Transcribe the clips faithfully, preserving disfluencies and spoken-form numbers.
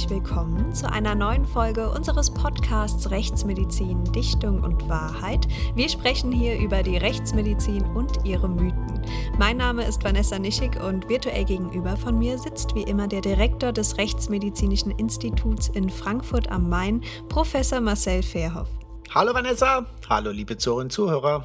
herzlich willkommen zu einer neuen Folge unseres Podcasts Rechtsmedizin, Dichtung und Wahrheit. Wir sprechen hier über die Rechtsmedizin und ihre Mythen. Mein Name ist Vanessa Nischig und virtuell gegenüber von mir sitzt wie immer der Direktor des Rechtsmedizinischen Instituts in Frankfurt am Main, Professor Marcel Verhoff. Hallo Vanessa, hallo liebe Zuhörerinnen und Zuhörer.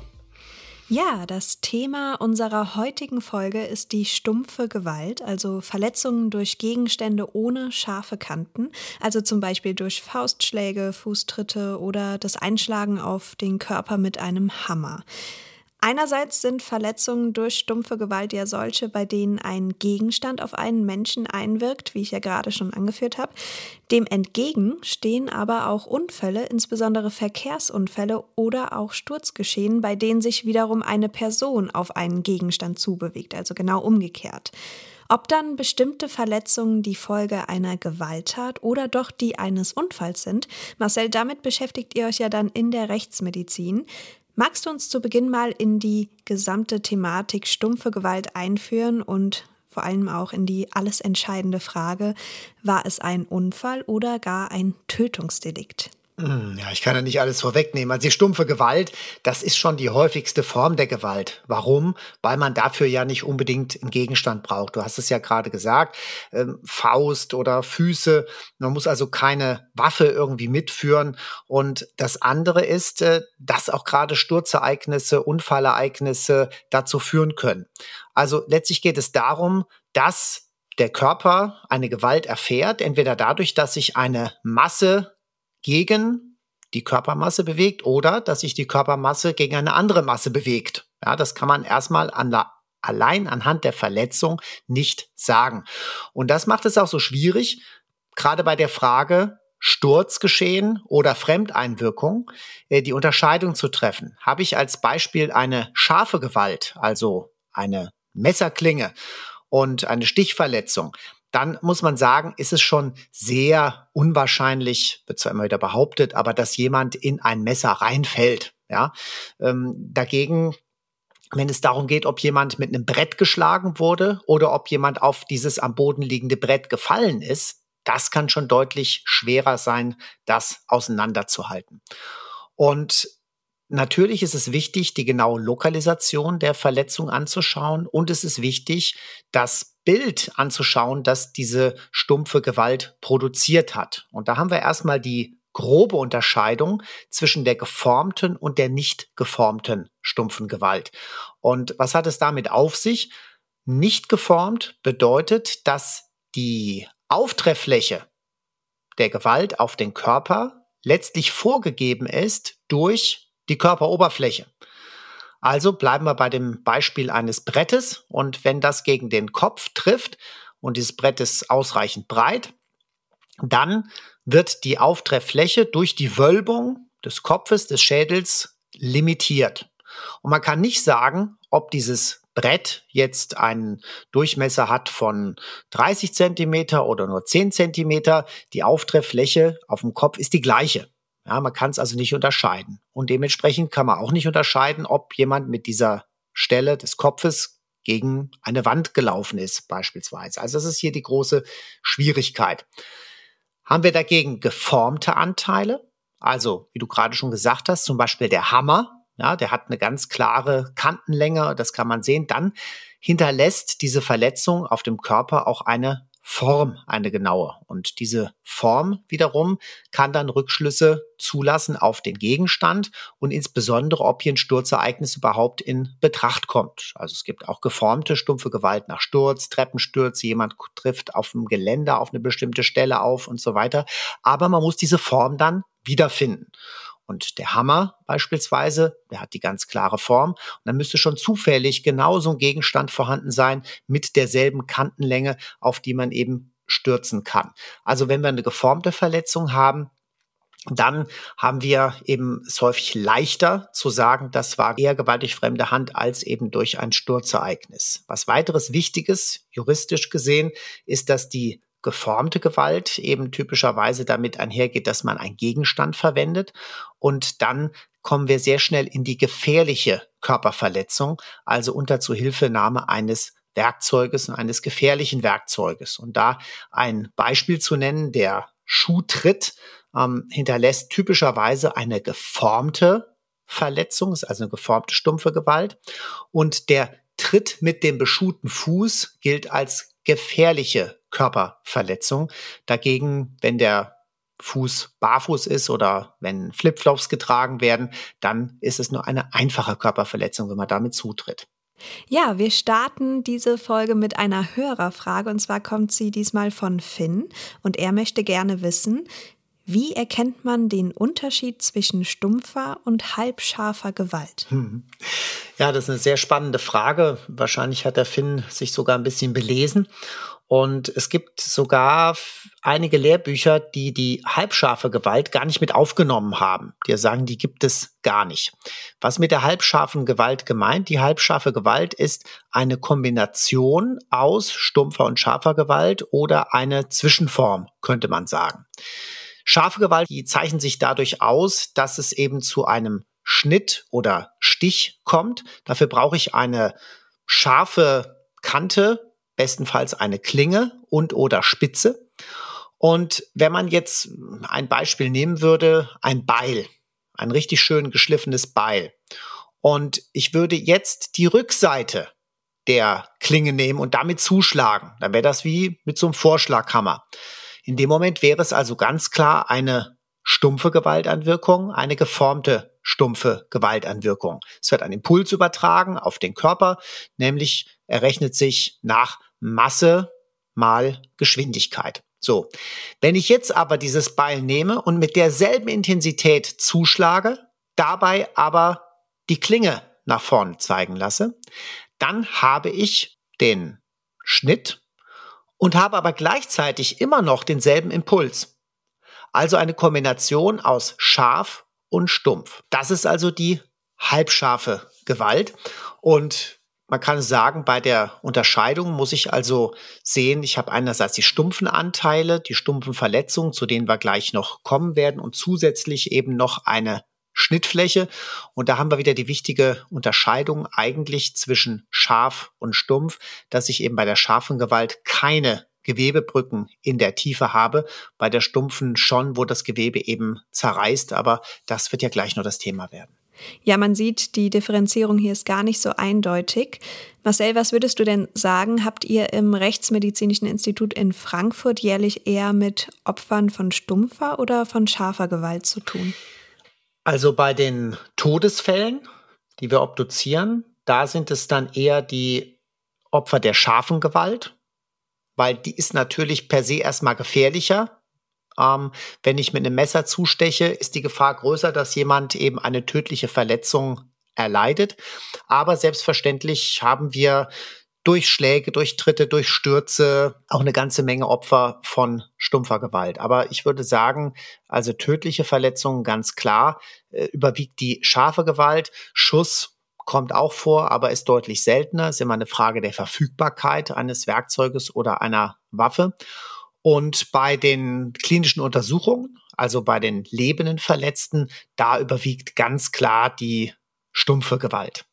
Ja, das Thema unserer heutigen Folge ist die stumpfe Gewalt, also Verletzungen durch Gegenstände ohne scharfe Kanten, also zum Beispiel durch Faustschläge, Fußtritte oder das Einschlagen auf den Körper mit einem Hammer. Einerseits sind Verletzungen durch stumpfe Gewalt ja solche, bei denen ein Gegenstand auf einen Menschen einwirkt, wie ich ja gerade schon angeführt habe. Dem entgegen stehen aber auch Unfälle, insbesondere Verkehrsunfälle oder auch Sturzgeschehen, bei denen sich wiederum eine Person auf einen Gegenstand zubewegt, also genau umgekehrt. Ob dann bestimmte Verletzungen die Folge einer Gewalttat oder doch die eines Unfalls sind, Marcel, damit beschäftigt ihr euch ja dann in der Rechtsmedizin. Magst du uns zu Beginn mal in die gesamte Thematik stumpfe Gewalt einführen und vor allem auch in die alles entscheidende Frage, war es ein Unfall oder gar ein Tötungsdelikt? Ja, ich kann ja nicht alles vorwegnehmen. Also die stumpfe Gewalt, das ist schon die häufigste Form der Gewalt. Warum? Weil man dafür ja nicht unbedingt einen Gegenstand braucht. Du hast es ja gerade gesagt, ähm, Faust oder Füße. Man muss also keine Waffe irgendwie mitführen. Und das andere ist, äh, dass auch gerade Sturzereignisse, Unfallereignisse dazu führen können. Also letztlich geht es darum, dass der Körper eine Gewalt erfährt, entweder dadurch, dass sich eine Masse gegen die Körpermasse bewegt oder dass sich die Körpermasse gegen eine andere Masse bewegt. Ja, das kann man erstmal an der, allein anhand der Verletzung nicht sagen. Und das macht es auch so schwierig, gerade bei der Frage Sturzgeschehen oder Fremdeinwirkung, äh, die Unterscheidung zu treffen. Habe ich als Beispiel eine scharfe Gewalt, also eine Messerklinge und eine Stichverletzung, dann muss man sagen, ist es schon sehr unwahrscheinlich, wird zwar immer wieder behauptet, aber dass jemand in ein Messer reinfällt. Ja? Ähm, dagegen, wenn es darum geht, ob jemand mit einem Brett geschlagen wurde oder ob jemand auf dieses am Boden liegende Brett gefallen ist, das kann schon deutlich schwerer sein, das auseinanderzuhalten. Und natürlich ist es wichtig, die genaue Lokalisation der Verletzung anzuschauen und es ist wichtig, das Bild anzuschauen, das diese stumpfe Gewalt produziert hat. Und da haben wir erstmal die grobe Unterscheidung zwischen der geformten und der nicht geformten stumpfen Gewalt. Und was hat es damit auf sich? Nicht geformt bedeutet, dass die Auftrefffläche der Gewalt auf den Körper letztlich vorgegeben ist durch die Körperoberfläche. Also bleiben wir bei dem Beispiel eines Brettes und wenn das gegen den Kopf trifft und dieses Brett ist ausreichend breit, dann wird die Auftrefffläche durch die Wölbung des Kopfes, des Schädels limitiert. Und man kann nicht sagen, ob dieses Brett jetzt einen Durchmesser hat von dreißig Zentimeter oder nur zehn Zentimeter. Die Auftrefffläche auf dem Kopf ist die gleiche. Ja, man kann es also nicht unterscheiden. Und dementsprechend kann man auch nicht unterscheiden, ob jemand mit dieser Stelle des Kopfes gegen eine Wand gelaufen ist, beispielsweise. Also das ist hier die große Schwierigkeit. Haben wir dagegen geformte Anteile? Also, wie du gerade schon gesagt hast, zum Beispiel der Hammer, ja, der hat eine ganz klare Kantenlänge, das kann man sehen. Dann hinterlässt diese Verletzung auf dem Körper auch eine Form, eine genaue. Und diese Form wiederum kann dann Rückschlüsse zulassen auf den Gegenstand und insbesondere, ob hier ein Sturzereignis überhaupt in Betracht kommt. Also es gibt auch geformte stumpfe Gewalt nach Sturz, Treppenstürze, jemand trifft auf dem Geländer auf eine bestimmte Stelle auf und so weiter. Aber man muss diese Form dann wiederfinden. Und der Hammer beispielsweise, der hat die ganz klare Form. Und dann müsste schon zufällig genau so ein Gegenstand vorhanden sein mit derselben Kantenlänge, auf die man eben stürzen kann. Also wenn wir eine geformte Verletzung haben, dann haben wir eben es häufig leichter zu sagen, das war eher gewaltig fremde Hand als eben durch ein Sturzereignis. Was weiteres Wichtiges, juristisch gesehen, ist, dass die geformte Gewalt eben typischerweise damit einhergeht, dass man einen Gegenstand verwendet und dann kommen wir sehr schnell in die gefährliche Körperverletzung, also unter Zuhilfenahme eines Werkzeuges und eines gefährlichen Werkzeuges. Und da ein Beispiel zu nennen, der Schuhtritt ähm, hinterlässt typischerweise eine geformte Verletzung, ist also eine geformte stumpfe Gewalt. Und der Tritt mit dem beschuhten Fuß gilt als gefährliche Körperverletzung. Dagegen, wenn der Fuß barfuß ist oder wenn Flipflops getragen werden, dann ist es nur eine einfache Körperverletzung, wenn man damit zutritt. Ja, wir starten diese Folge mit einer Hörerfrage und zwar kommt sie diesmal von Finn und er möchte gerne wissen, wie erkennt man den Unterschied zwischen stumpfer und halbscharfer Gewalt? Hm. Ja, das ist eine sehr spannende Frage. Wahrscheinlich hat der Finn sich sogar ein bisschen belesen. Und es gibt sogar einige Lehrbücher, die die halbscharfe Gewalt gar nicht mit aufgenommen haben. Die sagen, die gibt es gar nicht. Was mit der halbscharfen Gewalt gemeint? Die halbscharfe Gewalt ist eine Kombination aus stumpfer und scharfer Gewalt oder eine Zwischenform, könnte man sagen. Scharfe Gewalt, die zeichnen sich dadurch aus, dass es eben zu einem Schnitt oder Stich kommt. Dafür brauche ich eine scharfe Kante, bestenfalls eine Klinge und oder Spitze. Und wenn man jetzt ein Beispiel nehmen würde, ein Beil, ein richtig schön geschliffenes Beil. Und ich würde jetzt die Rückseite der Klinge nehmen und damit zuschlagen. Dann wäre das wie mit so einem Vorschlaghammer. In dem Moment wäre es also ganz klar eine stumpfe Gewaltanwirkung, eine geformte stumpfe Gewaltanwirkung. Es wird ein Impuls übertragen auf den Körper, nämlich er rechnet sich nach Masse mal Geschwindigkeit. So, wenn ich jetzt aber dieses Beil nehme und mit derselben Intensität zuschlage, dabei aber die Klinge nach vorne zeigen lasse, dann habe ich den Schnitt und habe aber gleichzeitig immer noch denselben Impuls. Also eine Kombination aus scharf und stumpf. Das ist also die halbscharfe Gewalt. Und man kann sagen, bei der Unterscheidung muss ich also sehen, ich habe einerseits die stumpfen Anteile, die stumpfen Verletzungen, zu denen wir gleich noch kommen werden, und zusätzlich eben noch eine Schnittfläche. Und da haben wir wieder die wichtige Unterscheidung eigentlich zwischen scharf und stumpf, dass ich eben bei der scharfen Gewalt keine Gewebebrücken in der Tiefe habe, bei der stumpfen schon, wo das Gewebe eben zerreißt. Aber das wird ja gleich noch das Thema werden. Ja, man sieht, die Differenzierung hier ist gar nicht so eindeutig. Marcel, was würdest du denn sagen? Habt ihr im Rechtsmedizinischen Institut in Frankfurt jährlich eher mit Opfern von stumpfer oder von scharfer Gewalt zu tun? Also bei den Todesfällen, die wir obduzieren, da sind es dann eher die Opfer der scharfen Gewalt, weil die ist natürlich per se erstmal gefährlicher. Ähm, wenn ich mit einem Messer zusteche, ist die Gefahr größer, dass jemand eben eine tödliche Verletzung erleidet. Aber selbstverständlich haben wir durch Schläge, durch Tritte, durch Stürze auch eine ganze Menge Opfer von stumpfer Gewalt. Aber ich würde sagen, also tödliche Verletzungen ganz klar, äh, überwiegt die scharfe Gewalt. Schuss kommt auch vor, aber ist deutlich seltener. Es ist immer eine Frage der Verfügbarkeit eines Werkzeuges oder einer Waffe. Und bei den klinischen Untersuchungen, also bei den lebenden Verletzten, da überwiegt ganz klar die stumpfe Gewalt.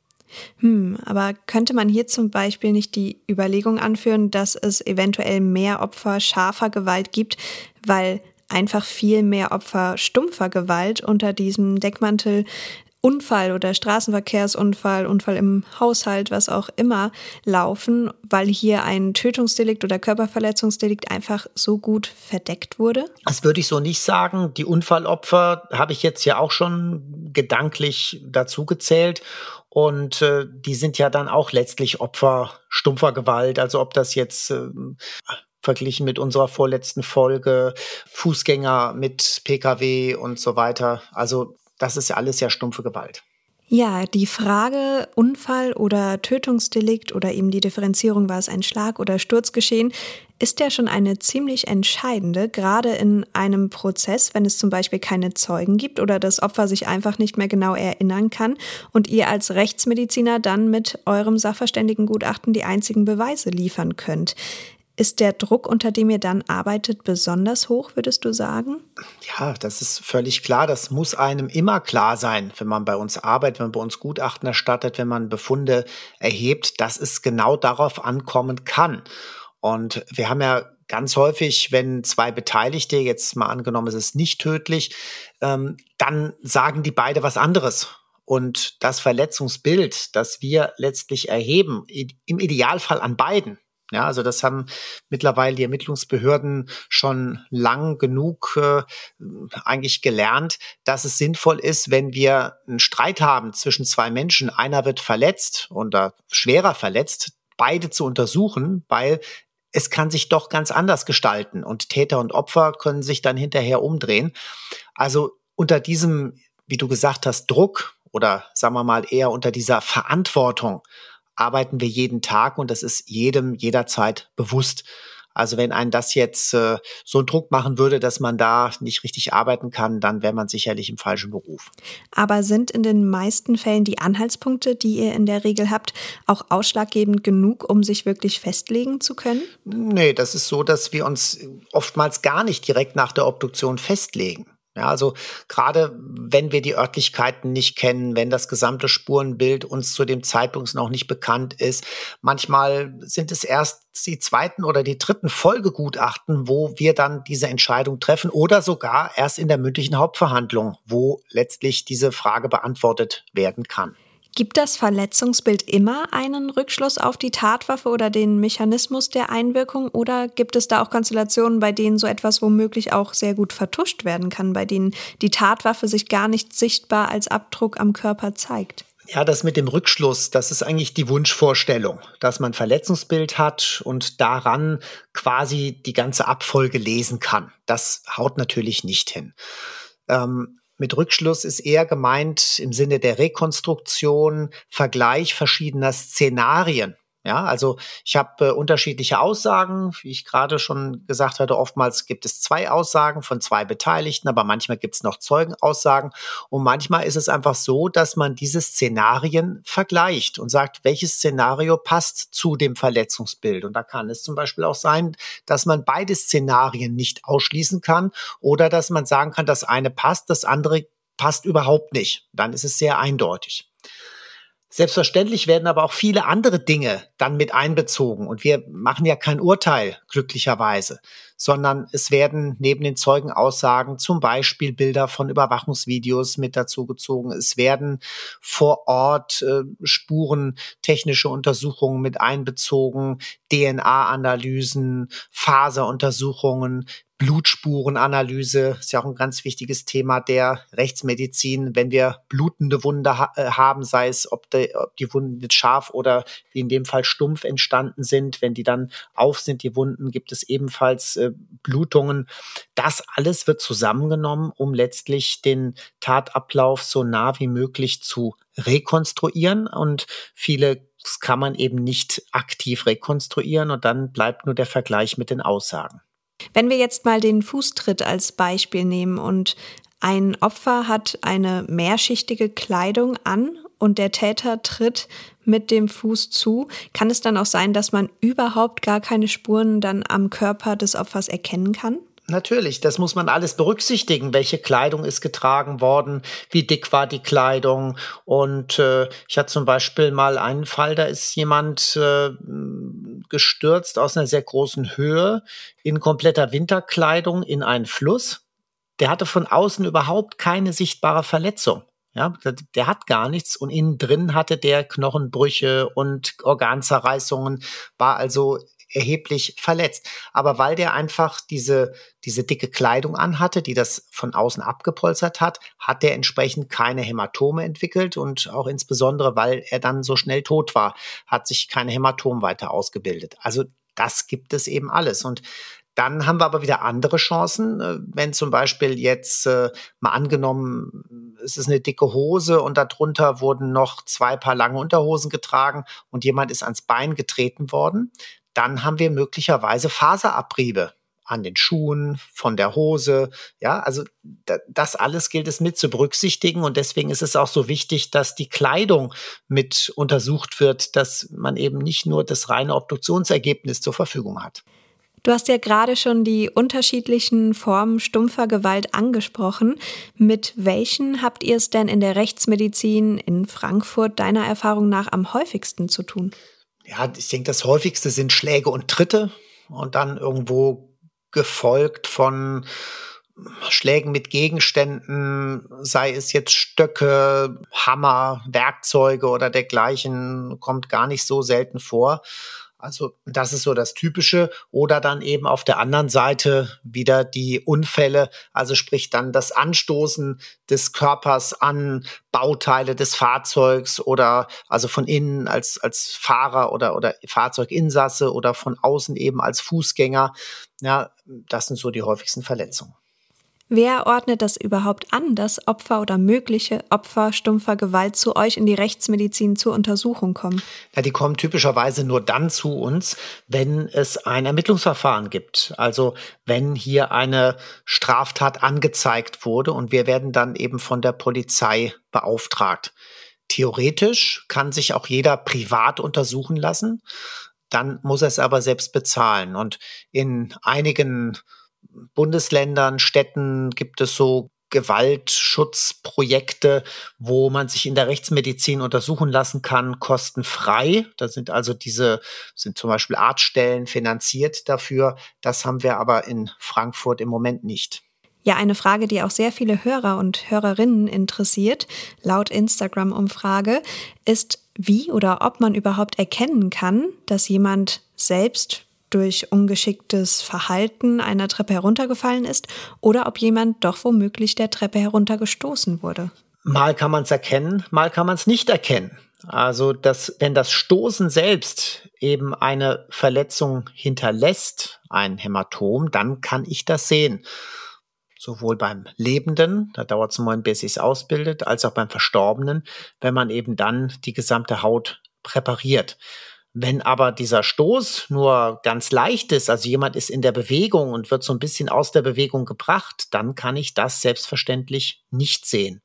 Hm, aber könnte man hier zum Beispiel nicht die Überlegung anführen, dass es eventuell mehr Opfer scharfer Gewalt gibt, weil einfach viel mehr Opfer stumpfer Gewalt unter diesem Deckmantel Unfall oder Straßenverkehrsunfall, Unfall im Haushalt, was auch immer, laufen, weil hier ein Tötungsdelikt oder Körperverletzungsdelikt einfach so gut verdeckt wurde? Das würde ich so nicht sagen. Die Unfallopfer habe ich jetzt ja auch schon gedanklich dazu gezählt. Und äh, die sind ja dann auch letztlich Opfer stumpfer Gewalt. Also ob das jetzt äh, verglichen mit unserer vorletzten Folge, Fußgänger mit P K W und so weiter. Also das ist ja alles ja stumpfe Gewalt. Ja, die Frage Unfall oder Tötungsdelikt oder eben die Differenzierung, war es ein Schlag- oder Sturzgeschehen, ist ja schon eine ziemlich entscheidende, gerade in einem Prozess, wenn es zum Beispiel keine Zeugen gibt oder das Opfer sich einfach nicht mehr genau erinnern kann und ihr als Rechtsmediziner dann mit eurem Sachverständigengutachten die einzigen Beweise liefern könnt. Ist der Druck, unter dem ihr dann arbeitet, besonders hoch, würdest du sagen? Ja, das ist völlig klar. Das muss einem immer klar sein, wenn man bei uns arbeitet, wenn man bei uns Gutachten erstattet, wenn man Befunde erhebt, dass es genau darauf ankommen kann. Und wir haben ja ganz häufig, wenn zwei Beteiligte, jetzt mal angenommen, es ist nicht tödlich, ähm, dann sagen die beide was anderes. Und das Verletzungsbild, das wir letztlich erheben, im Idealfall an beiden, ja, also das haben mittlerweile die Ermittlungsbehörden schon lang genug äh, eigentlich gelernt, dass es sinnvoll ist, wenn wir einen Streit haben zwischen zwei Menschen, einer wird verletzt oder schwerer verletzt, beide zu untersuchen, weil es kann sich doch ganz anders gestalten und Täter und Opfer können sich dann hinterher umdrehen. Also unter diesem, wie du gesagt hast, Druck oder sagen wir mal eher unter dieser Verantwortung arbeiten wir jeden Tag und das ist jedem jederzeit bewusst. Also wenn einen das jetzt äh, so einen Druck machen würde, dass man da nicht richtig arbeiten kann, dann wäre man sicherlich im falschen Beruf. Aber sind in den meisten Fällen die Anhaltspunkte, die ihr in der Regel habt, auch ausschlaggebend genug, um sich wirklich festlegen zu können? Nee, das ist so, dass wir uns oftmals gar nicht direkt nach der Obduktion festlegen. Ja, also gerade wenn wir die Örtlichkeiten nicht kennen, wenn das gesamte Spurenbild uns zu dem Zeitpunkt noch nicht bekannt ist. Manchmal sind es erst die zweiten oder die dritten Folgegutachten, wo wir dann diese Entscheidung treffen oder sogar erst in der mündlichen Hauptverhandlung, wo letztlich diese Frage beantwortet werden kann. Gibt das Verletzungsbild immer einen Rückschluss auf die Tatwaffe oder den Mechanismus der Einwirkung oder gibt es da auch Konstellationen, bei denen so etwas womöglich auch sehr gut vertuscht werden kann, bei denen die Tatwaffe sich gar nicht sichtbar als Abdruck am Körper zeigt? Ja, das mit dem Rückschluss, das ist eigentlich die Wunschvorstellung, dass man ein Verletzungsbild hat und daran quasi die ganze Abfolge lesen kann. Das haut natürlich nicht hin. Ähm, Mit Rückschluss ist eher gemeint im Sinne der Rekonstruktion, Vergleich verschiedener Szenarien. Ja, also ich habe äh, unterschiedliche Aussagen, wie ich gerade schon gesagt hatte, oftmals gibt es zwei Aussagen von zwei Beteiligten, aber manchmal gibt es noch Zeugenaussagen und manchmal ist es einfach so, dass man diese Szenarien vergleicht und sagt, welches Szenario passt zu dem Verletzungsbild. Und da kann es zum Beispiel auch sein, dass man beide Szenarien nicht ausschließen kann oder dass man sagen kann, das eine passt, das andere passt überhaupt nicht. Dann ist es sehr eindeutig. Selbstverständlich werden aber auch viele andere Dinge dann mit einbezogen. Und wir machen ja kein Urteil, glücklicherweise, sondern es werden neben den Zeugenaussagen zum Beispiel Bilder von Überwachungsvideos mit dazugezogen. Es werden vor Ort äh, Spuren, technische Untersuchungen mit einbezogen, D N A-Analysen, Faseruntersuchungen, Blutspurenanalyse ist ja auch ein ganz wichtiges Thema der Rechtsmedizin. Wenn wir blutende Wunde ha- äh, haben, sei es, ob, de, ob die Wunden jetzt scharf oder wie in dem Fall stumpf entstanden sind, wenn die dann auf sind, die Wunden, gibt es ebenfalls äh, Blutungen. Das alles wird zusammengenommen, um letztlich den Tatablauf so nah wie möglich zu rekonstruieren. Und viele kann man eben nicht aktiv rekonstruieren und dann bleibt nur der Vergleich mit den Aussagen. Wenn wir jetzt mal den Fußtritt als Beispiel nehmen und ein Opfer hat eine mehrschichtige Kleidung an und der Täter tritt mit dem Fuß zu, kann es dann auch sein, dass man überhaupt gar keine Spuren dann am Körper des Opfers erkennen kann? Natürlich, das muss man alles berücksichtigen. Welche Kleidung ist getragen worden? Wie dick war die Kleidung? Und äh, ich hatte zum Beispiel mal einen Fall, da ist jemand äh, gestürzt aus einer sehr großen Höhe in kompletter Winterkleidung in einen Fluss. Der hatte von außen überhaupt keine sichtbare Verletzung. Ja, der, der hat gar nichts und innen drin hatte der Knochenbrüche und Organzerreißungen, war also erheblich verletzt. Aber weil der einfach diese, diese dicke Kleidung anhatte, die das von außen abgepolstert hat, hat der entsprechend keine Hämatome entwickelt und auch insbesondere, weil er dann so schnell tot war, hat sich keine Hämatomen weiter ausgebildet. Also das gibt es eben alles. Und dann haben wir aber wieder andere Chancen, wenn zum Beispiel jetzt äh, mal angenommen, es ist eine dicke Hose und darunter wurden noch zwei Paar lange Unterhosen getragen und jemand ist ans Bein getreten worden, dann haben wir möglicherweise Faserabriebe an den Schuhen, von der Hose. Ja, also da, das alles gilt es mit zu berücksichtigen und deswegen ist es auch so wichtig, dass die Kleidung mit untersucht wird, dass man eben nicht nur das reine Obduktionsergebnis zur Verfügung hat. Du hast ja gerade schon die unterschiedlichen Formen stumpfer Gewalt angesprochen. Mit welchen habt ihr es denn in der Rechtsmedizin in Frankfurt deiner Erfahrung nach am häufigsten zu tun? Ja, ich denke, das häufigste sind Schläge und Tritte. und dann irgendwo gefolgt von Schlägen mit Gegenständen, sei es jetzt Stöcke, Hammer, Werkzeuge oder dergleichen, kommt gar nicht so selten vor. Also das ist so das Typische. Oder dann eben auf der anderen Seite wieder die Unfälle, also sprich dann das Anstoßen des Körpers an Bauteile des Fahrzeugs oder also von innen als, als Fahrer oder, oder Fahrzeuginsasse oder von außen eben als Fußgänger. Ja, das sind so die häufigsten Verletzungen. Wer ordnet das überhaupt an, dass Opfer oder mögliche Opfer stumpfer Gewalt zu euch in die Rechtsmedizin zur Untersuchung kommen? Ja, die kommen typischerweise nur dann zu uns, wenn es ein Ermittlungsverfahren gibt. Also wenn hier eine Straftat angezeigt wurde und wir werden dann eben von der Polizei beauftragt. Theoretisch kann sich auch jeder privat untersuchen lassen, dann muss er es aber selbst bezahlen. Und in einigen Bundesländern, Städten gibt es so Gewaltschutzprojekte, wo man sich in der Rechtsmedizin untersuchen lassen kann, kostenfrei. Da sind also diese, sind zum Beispiel Arztstellen finanziert dafür. Das haben wir aber in Frankfurt im Moment nicht. Ja, eine Frage, die auch sehr viele Hörer und Hörerinnen interessiert, laut Instagram-Umfrage, ist, wie oder ob man überhaupt erkennen kann, dass jemand selbst durch ungeschicktes Verhalten einer Treppe heruntergefallen ist oder ob jemand doch womöglich der Treppe heruntergestoßen wurde. Mal kann man es erkennen, mal kann man es nicht erkennen. Also das, wenn das Stoßen selbst eben eine Verletzung hinterlässt, ein Hämatom, dann kann ich das sehen. Sowohl beim Lebenden, da dauert es einen Moment, bis es sich ausbildet, als auch beim Verstorbenen, wenn man eben dann die gesamte Haut präpariert. Wenn aber dieser Stoß nur ganz leicht ist, also jemand ist in der Bewegung und wird so ein bisschen aus der Bewegung gebracht, dann kann ich das selbstverständlich nicht sehen.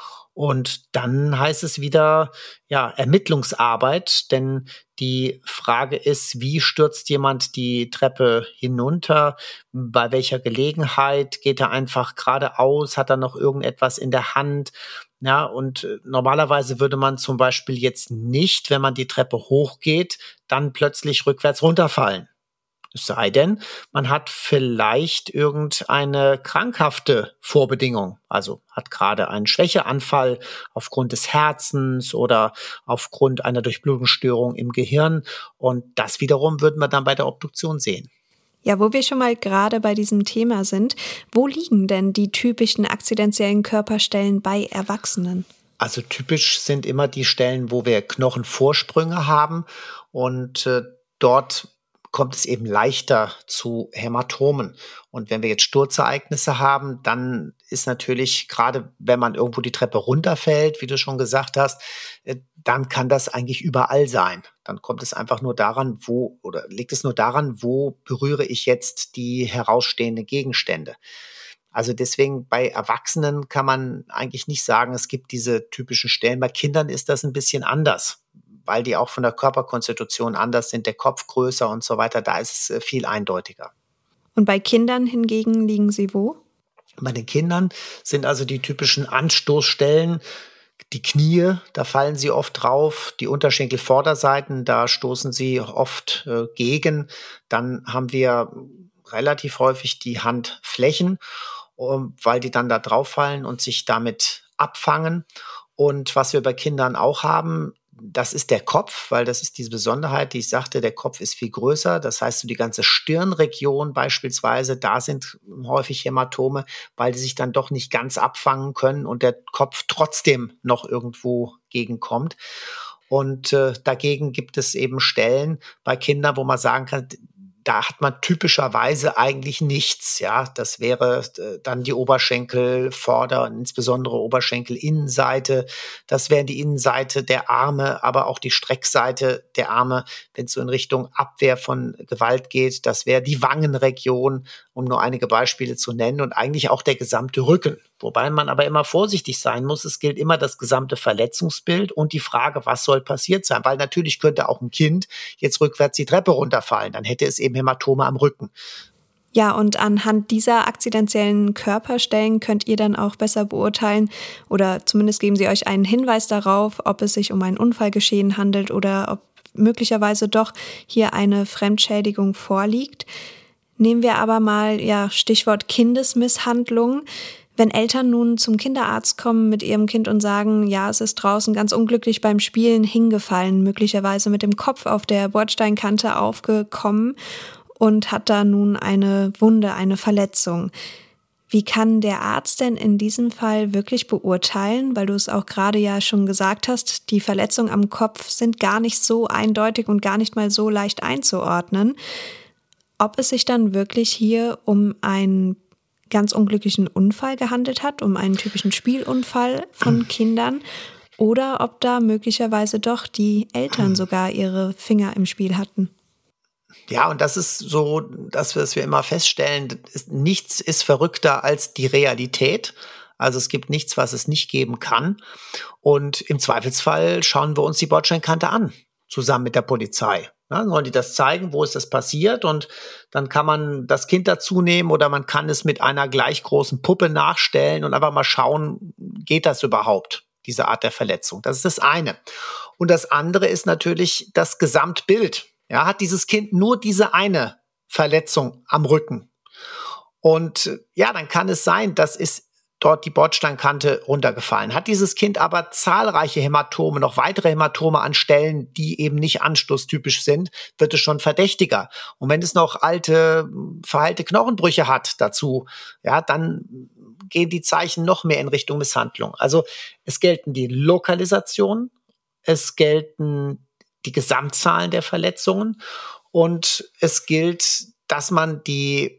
Und dann heißt es wieder, ja, Ermittlungsarbeit, denn die Frage ist, wie stürzt jemand die Treppe hinunter? Bei welcher Gelegenheit? Geht er einfach geradeaus? Hat er noch irgendetwas in der Hand? Ja, und normalerweise würde man zum Beispiel jetzt nicht, wenn man die Treppe hochgeht, dann plötzlich rückwärts runterfallen. Es sei denn, man hat vielleicht irgendeine krankhafte Vorbedingung, also hat gerade einen Schwächeanfall aufgrund des Herzens oder aufgrund einer Durchblutungsstörung im Gehirn. Und das wiederum würden wir dann bei der Obduktion sehen. Ja, wo wir schon mal gerade bei diesem Thema sind, wo liegen denn die typischen akzidentiellen Körperstellen bei Erwachsenen? Also typisch sind immer die Stellen, wo wir Knochenvorsprünge haben und äh, dort kommt es eben leichter zu Hämatomen. Und wenn wir jetzt Sturzereignisse haben, dann ist natürlich, gerade wenn man irgendwo die Treppe runterfällt, wie du schon gesagt hast, dann kann das eigentlich überall sein. Dann kommt es einfach nur daran, wo, oder liegt es nur daran, wo berühre ich jetzt die herausstehenden Gegenstände. Also deswegen bei Erwachsenen kann man eigentlich nicht sagen, es gibt diese typischen Stellen. Bei Kindern ist das ein bisschen anders, weil die auch von der Körperkonstitution anders sind, der Kopf größer und so weiter, da ist es viel eindeutiger. Und bei Kindern hingegen liegen sie wo? Bei den Kindern sind also die typischen Anstoßstellen, die Knie, da fallen sie oft drauf, die Unterschenkelvorderseiten, da stoßen sie oft äh, gegen. Dann haben wir relativ häufig die Handflächen, um, weil die dann da drauf fallen und sich damit abfangen. Und was wir bei Kindern auch haben, das ist der Kopf, weil das ist diese Besonderheit, die ich sagte, der Kopf ist viel größer. Das heißt, so die ganze Stirnregion beispielsweise, da sind häufig Hämatome, weil die sich dann doch nicht ganz abfangen können und der Kopf trotzdem noch irgendwo gegenkommt. Und äh, dagegen gibt es eben Stellen bei Kindern, wo man sagen kann, da hat man typischerweise eigentlich nichts. Ja, das wäre äh, dann die Oberschenkel, Vorder- und insbesondere Oberschenkelinnenseite. Das wäre die Innenseite der Arme, aber auch die Streckseite der Arme, wenn es so in Richtung Abwehr von Gewalt geht. Das wäre die Wangenregion, um nur einige Beispiele zu nennen, und eigentlich auch der gesamte Rücken. Wobei man aber immer vorsichtig sein muss. Es gilt immer das gesamte Verletzungsbild und die Frage, was soll passiert sein? Weil natürlich könnte auch ein Kind jetzt rückwärts die Treppe runterfallen. Dann hätte es eben Hämatome am Rücken. Ja, und anhand dieser akzidentiellen Körperstellen könnt ihr dann auch besser beurteilen oder zumindest geben sie euch einen Hinweis darauf, ob es sich um ein Unfallgeschehen handelt oder ob möglicherweise doch hier eine Fremdschädigung vorliegt. Nehmen wir aber mal, ja, Stichwort Kindesmisshandlung. Wenn Eltern nun zum Kinderarzt kommen mit ihrem Kind und sagen, ja, es ist draußen ganz unglücklich beim Spielen hingefallen, möglicherweise mit dem Kopf auf der Bordsteinkante aufgekommen und hat da nun eine Wunde, eine Verletzung. Wie kann der Arzt denn in diesem Fall wirklich beurteilen, weil du es auch gerade ja schon gesagt hast, die Verletzungen am Kopf sind gar nicht so eindeutig und gar nicht mal so leicht einzuordnen, ob es sich dann wirklich hier um einen ganz unglücklichen Unfall gehandelt hat, um einen typischen Spielunfall von Kindern, oder ob da möglicherweise doch die Eltern sogar ihre Finger im Spiel hatten. Ja, und das ist so, dass wir, dass wir immer feststellen, nichts ist verrückter als die Realität. Also es gibt nichts, was es nicht geben kann. Und im Zweifelsfall schauen wir uns die Bordsteinkante an, zusammen mit der Polizei. Ja, sollen die das zeigen, wo ist das passiert, und dann kann man das Kind dazu nehmen oder man kann es mit einer gleich großen Puppe nachstellen und einfach mal schauen, geht das überhaupt, diese Art der Verletzung. Das ist das eine. Und das andere ist natürlich das Gesamtbild. Ja, hat dieses Kind nur diese eine Verletzung am Rücken? Und ja, dann kann es sein, dass es dort die Bordsteinkante runtergefallen. Hat dieses Kind aber zahlreiche Hämatome, noch weitere Hämatome an Stellen, die eben nicht anstoßtypisch sind, wird es schon verdächtiger. Und wenn es noch alte, verheilte Knochenbrüche hat dazu, ja, dann gehen die Zeichen noch mehr in Richtung Misshandlung. Also es gelten die Lokalisationen, es gelten die Gesamtzahlen der Verletzungen und es gilt, dass man die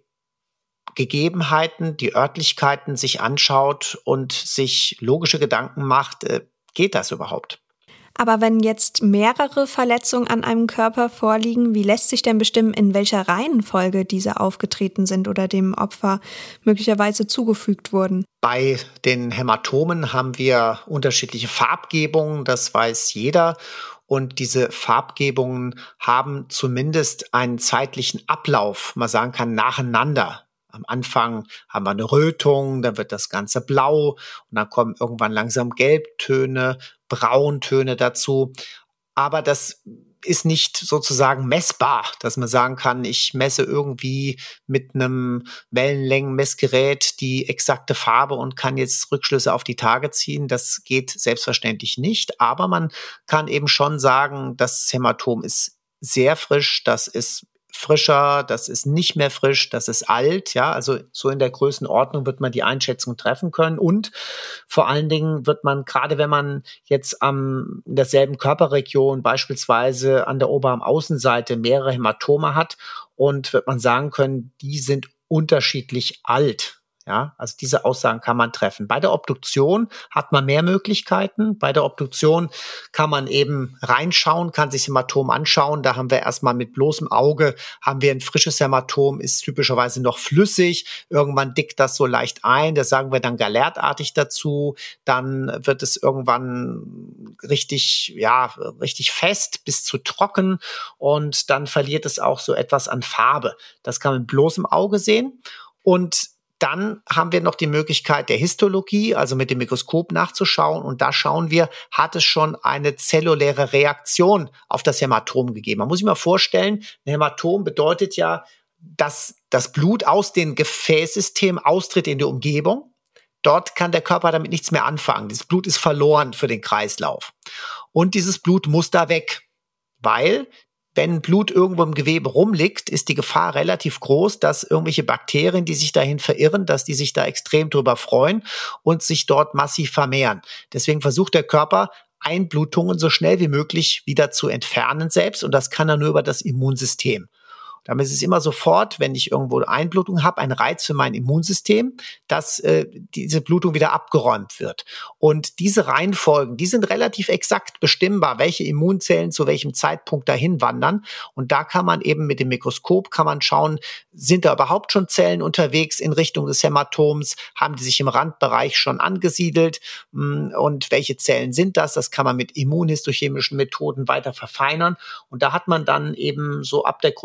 Gegebenheiten, die Örtlichkeiten sich anschaut und sich logische Gedanken macht, äh, geht das überhaupt? Aber wenn jetzt mehrere Verletzungen an einem Körper vorliegen, wie lässt sich denn bestimmen, in welcher Reihenfolge diese aufgetreten sind oder dem Opfer möglicherweise zugefügt wurden? Bei den Hämatomen haben wir unterschiedliche Farbgebungen, das weiß jeder. Und diese Farbgebungen haben zumindest einen zeitlichen Ablauf, man sagen kann, nacheinander. Am Anfang haben wir eine Rötung, dann wird das Ganze blau und dann kommen irgendwann langsam Gelbtöne, Brauntöne dazu. Aber das ist nicht sozusagen messbar, dass man sagen kann, ich messe irgendwie mit einem Wellenlängenmessgerät die exakte Farbe und kann jetzt Rückschlüsse auf die Tage ziehen. Das geht selbstverständlich nicht, aber man kann eben schon sagen, das Hämatom ist sehr frisch, das ist frischer, das ist nicht mehr frisch, das ist alt, ja, also so in der Größenordnung wird man die Einschätzung treffen können und vor allen Dingen wird man, gerade wenn man jetzt am, in derselben Körperregion beispielsweise an der Oberarm-Außenseite mehrere Hämatome hat und wird man sagen können, die sind unterschiedlich alt. Ja, also diese Aussagen kann man treffen. Bei der Obduktion hat man mehr Möglichkeiten. Bei der Obduktion kann man eben reinschauen, kann sich das Hämatom anschauen. Da haben wir erstmal mit bloßem Auge, haben wir ein frisches Hämatom, ist typischerweise noch flüssig. Irgendwann dickt das so leicht ein. Das sagen wir dann galertartig dazu. Dann wird es irgendwann richtig, ja, richtig fest bis zu trocken. Und dann verliert es auch so etwas an Farbe. Das kann man mit bloßem Auge sehen. Und dann haben wir noch die Möglichkeit der Histologie, also mit dem Mikroskop nachzuschauen. Und da schauen wir, hat es schon eine zelluläre Reaktion auf das Hämatom gegeben. Man muss sich mal vorstellen, ein Hämatom bedeutet ja, dass das Blut aus dem Gefäßsystem austritt in die Umgebung. Dort kann der Körper damit nichts mehr anfangen. Das Blut ist verloren für den Kreislauf. Und dieses Blut muss da weg, weil wenn Blut irgendwo im Gewebe rumliegt, ist die Gefahr relativ groß, dass irgendwelche Bakterien, die sich dahin verirren, dass die sich da extrem drüber freuen und sich dort massiv vermehren. Deswegen versucht der Körper, Einblutungen so schnell wie möglich wieder zu entfernen selbst. Und das kann er nur über das Immunsystem. Damit ist es immer sofort, wenn ich irgendwo Einblutung habe, ein Reiz für mein Immunsystem, dass äh, diese Blutung wieder abgeräumt wird. Und diese Reihenfolgen, die sind relativ exakt bestimmbar, welche Immunzellen zu welchem Zeitpunkt dahin wandern. Und da kann man eben mit dem Mikroskop kann man schauen, sind da überhaupt schon Zellen unterwegs in Richtung des Hämatoms? Haben die sich im Randbereich schon angesiedelt? Und welche Zellen sind das? Das kann man mit immunhistochemischen Methoden weiter verfeinern. Und da hat man dann eben so ab der Größenordnung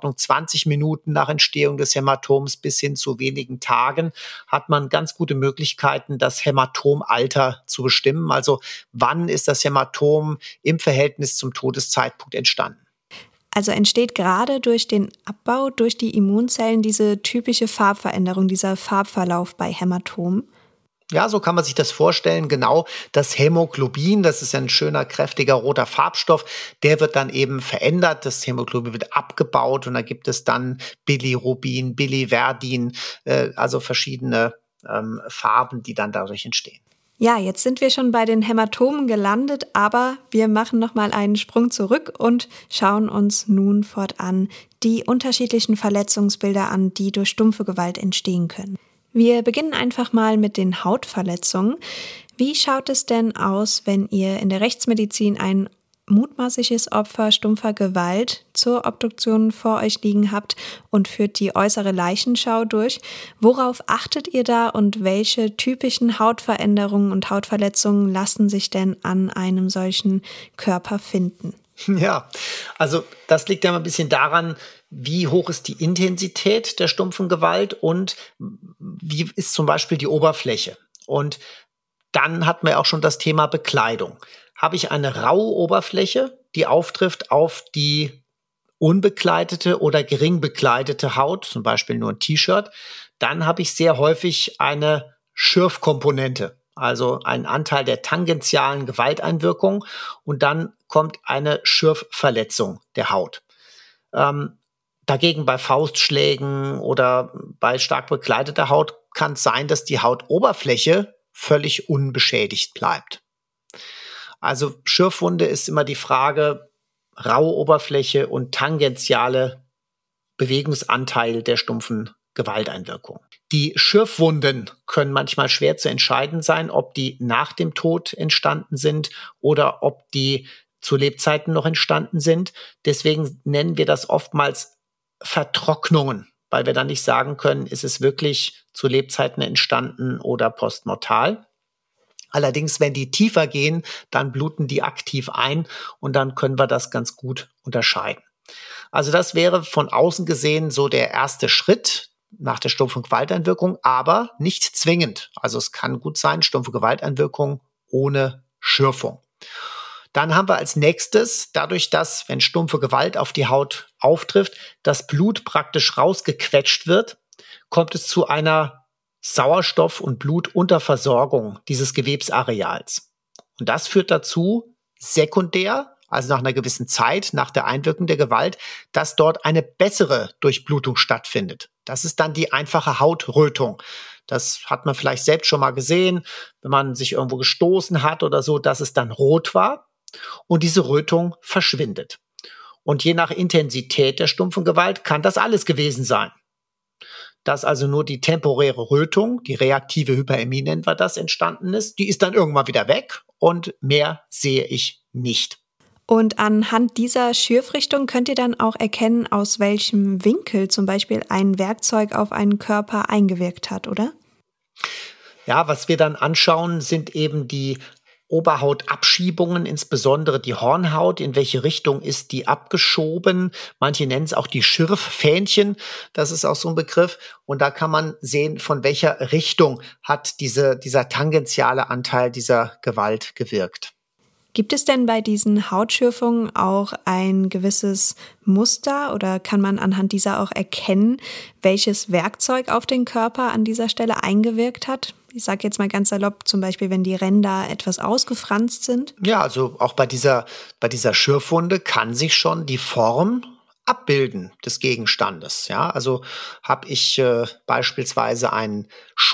Größenordnung zwanzig Minuten nach Entstehung des Hämatoms bis hin zu wenigen Tagen, hat man ganz gute Möglichkeiten, das Hämatomalter zu bestimmen. Also wann ist das Hämatom im Verhältnis zum Todeszeitpunkt entstanden? Also entsteht gerade durch den Abbau durch die Immunzellen diese typische Farbveränderung, dieser Farbverlauf bei Hämatomen? Ja, so kann man sich das vorstellen. Genau das Hämoglobin, das ist ein schöner, kräftiger roter Farbstoff, der wird dann eben verändert. Das Hämoglobin wird abgebaut und da gibt es dann Bilirubin, Biliverdin, äh, also verschiedene ähm, Farben, die dann dadurch entstehen. Ja, jetzt sind wir schon bei den Hämatomen gelandet, aber wir machen nochmal einen Sprung zurück und schauen uns nun fortan die unterschiedlichen Verletzungsbilder an, die durch stumpfe Gewalt entstehen können. Wir beginnen einfach mal mit den Hautverletzungen. Wie schaut es denn aus, wenn ihr in der Rechtsmedizin ein mutmaßliches Opfer stumpfer Gewalt zur Obduktion vor euch liegen habt und führt die äußere Leichenschau durch? Worauf achtet ihr da und welche typischen Hautveränderungen und Hautverletzungen lassen sich denn an einem solchen Körper finden? Ja, also das liegt ja ein bisschen daran, wie hoch ist die Intensität der stumpfen Gewalt und wie ist zum Beispiel die Oberfläche. Und dann hatten wir auch schon das Thema Bekleidung. Habe ich eine raue Oberfläche, die auftrifft auf die unbekleidete oder gering bekleidete Haut, zum Beispiel nur ein T-Shirt, dann habe ich sehr häufig eine Schürfkomponente, also einen Anteil der tangentialen Gewalteinwirkung und dann kommt eine Schürfverletzung der Haut. Ähm, dagegen bei Faustschlägen oder bei stark bekleideter Haut kann es sein, dass die Hautoberfläche völlig unbeschädigt bleibt. Also Schürfwunde ist immer die Frage, raue Oberfläche und tangentiale Bewegungsanteil der stumpfen Gewalteinwirkung. Die Schürfwunden können manchmal schwer zu entscheiden sein, ob die nach dem Tod entstanden sind oder ob die zu Lebzeiten noch entstanden sind. Deswegen nennen wir das oftmals Vertrocknungen, weil wir dann nicht sagen können, ist es wirklich zu Lebzeiten entstanden oder postmortal. Allerdings, wenn die tiefer gehen, dann bluten die aktiv ein und dann können wir das ganz gut unterscheiden. Also das wäre von außen gesehen so der erste Schritt nach der stumpfen Gewalteinwirkung, aber nicht zwingend. Also es kann gut sein, stumpfe Gewalteinwirkung ohne Schürfung. Dann haben wir als nächstes, dadurch, dass, wenn stumpfe Gewalt auf die Haut auftrifft, das Blut praktisch rausgequetscht wird, kommt es zu einer Sauerstoff- und Blutunterversorgung dieses Gewebsareals. Und das führt dazu, sekundär, also nach einer gewissen Zeit, nach der Einwirkung der Gewalt, dass dort eine bessere Durchblutung stattfindet. Das ist dann die einfache Hautrötung. Das hat man vielleicht selbst schon mal gesehen, wenn man sich irgendwo gestoßen hat oder so, dass es dann rot war und diese Rötung verschwindet. Und je nach Intensität der stumpfen Gewalt kann das alles gewesen sein. Dass also nur die temporäre Rötung, die reaktive Hyperämie nennen wir das, entstanden ist, die ist dann irgendwann wieder weg und mehr sehe ich nicht. Und anhand dieser Schürfrichtung könnt ihr dann auch erkennen, aus welchem Winkel zum Beispiel ein Werkzeug auf einen Körper eingewirkt hat, oder? Ja, was wir dann anschauen, sind eben die Oberhautabschiebungen, insbesondere die Hornhaut, in welche Richtung ist die abgeschoben. Manche nennen es auch die Schürffähnchen, das ist auch so ein Begriff. Und da kann man sehen, von welcher Richtung hat diese, dieser tangentiale Anteil dieser Gewalt gewirkt. Gibt es denn bei diesen Hautschürfungen auch ein gewisses Muster oder kann man anhand dieser auch erkennen, welches Werkzeug auf den Körper an dieser Stelle eingewirkt hat? Ich sage jetzt mal ganz salopp, zum Beispiel, wenn die Ränder etwas ausgefranst sind. Ja, also auch bei dieser, bei dieser Schürfwunde kann sich schon die Form abbilden des Gegenstandes. Ja, also habe ich äh, beispielsweise ein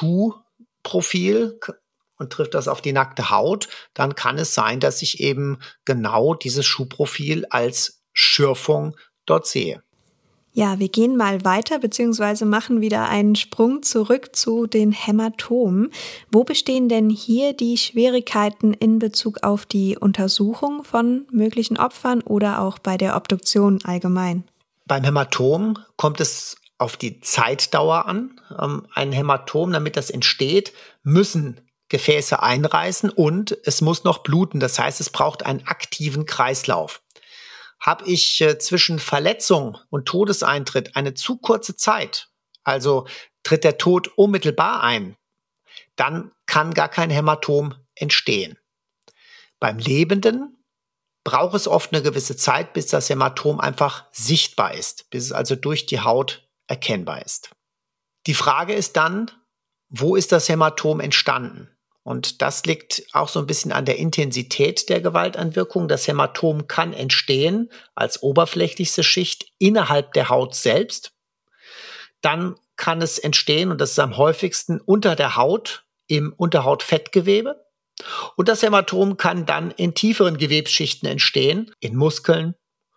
Schuhprofil und trifft das auf die nackte Haut, dann kann es sein, dass ich eben genau dieses Schuhprofil als Schürfung dort sehe. Ja, wir gehen mal weiter bzw. machen wieder einen Sprung zurück zu den Hämatomen. Wo bestehen denn hier die Schwierigkeiten in Bezug auf die Untersuchung von möglichen Opfern oder auch bei der Obduktion allgemein? Beim Hämatom kommt es auf die Zeitdauer an. Ein Hämatom, damit das entsteht, müssen Gefäße einreißen und es muss noch bluten. Das heißt, es braucht einen aktiven Kreislauf. Habe ich äh, zwischen Verletzung und Todeseintritt eine zu kurze Zeit, also tritt der Tod unmittelbar ein, dann kann gar kein Hämatom entstehen. Beim Lebenden braucht es oft eine gewisse Zeit, bis das Hämatom einfach sichtbar ist, bis es also durch die Haut erkennbar ist. Die Frage ist dann, wo ist das Hämatom entstanden? Und das liegt auch so ein bisschen an der Intensität der Gewalteinwirkung. Das Hämatom kann entstehen als oberflächlichste Schicht innerhalb der Haut selbst. Dann kann es entstehen, und das ist am häufigsten unter der Haut, im Unterhautfettgewebe. Und das Hämatom kann dann in tieferen Gewebsschichten entstehen, in Muskeln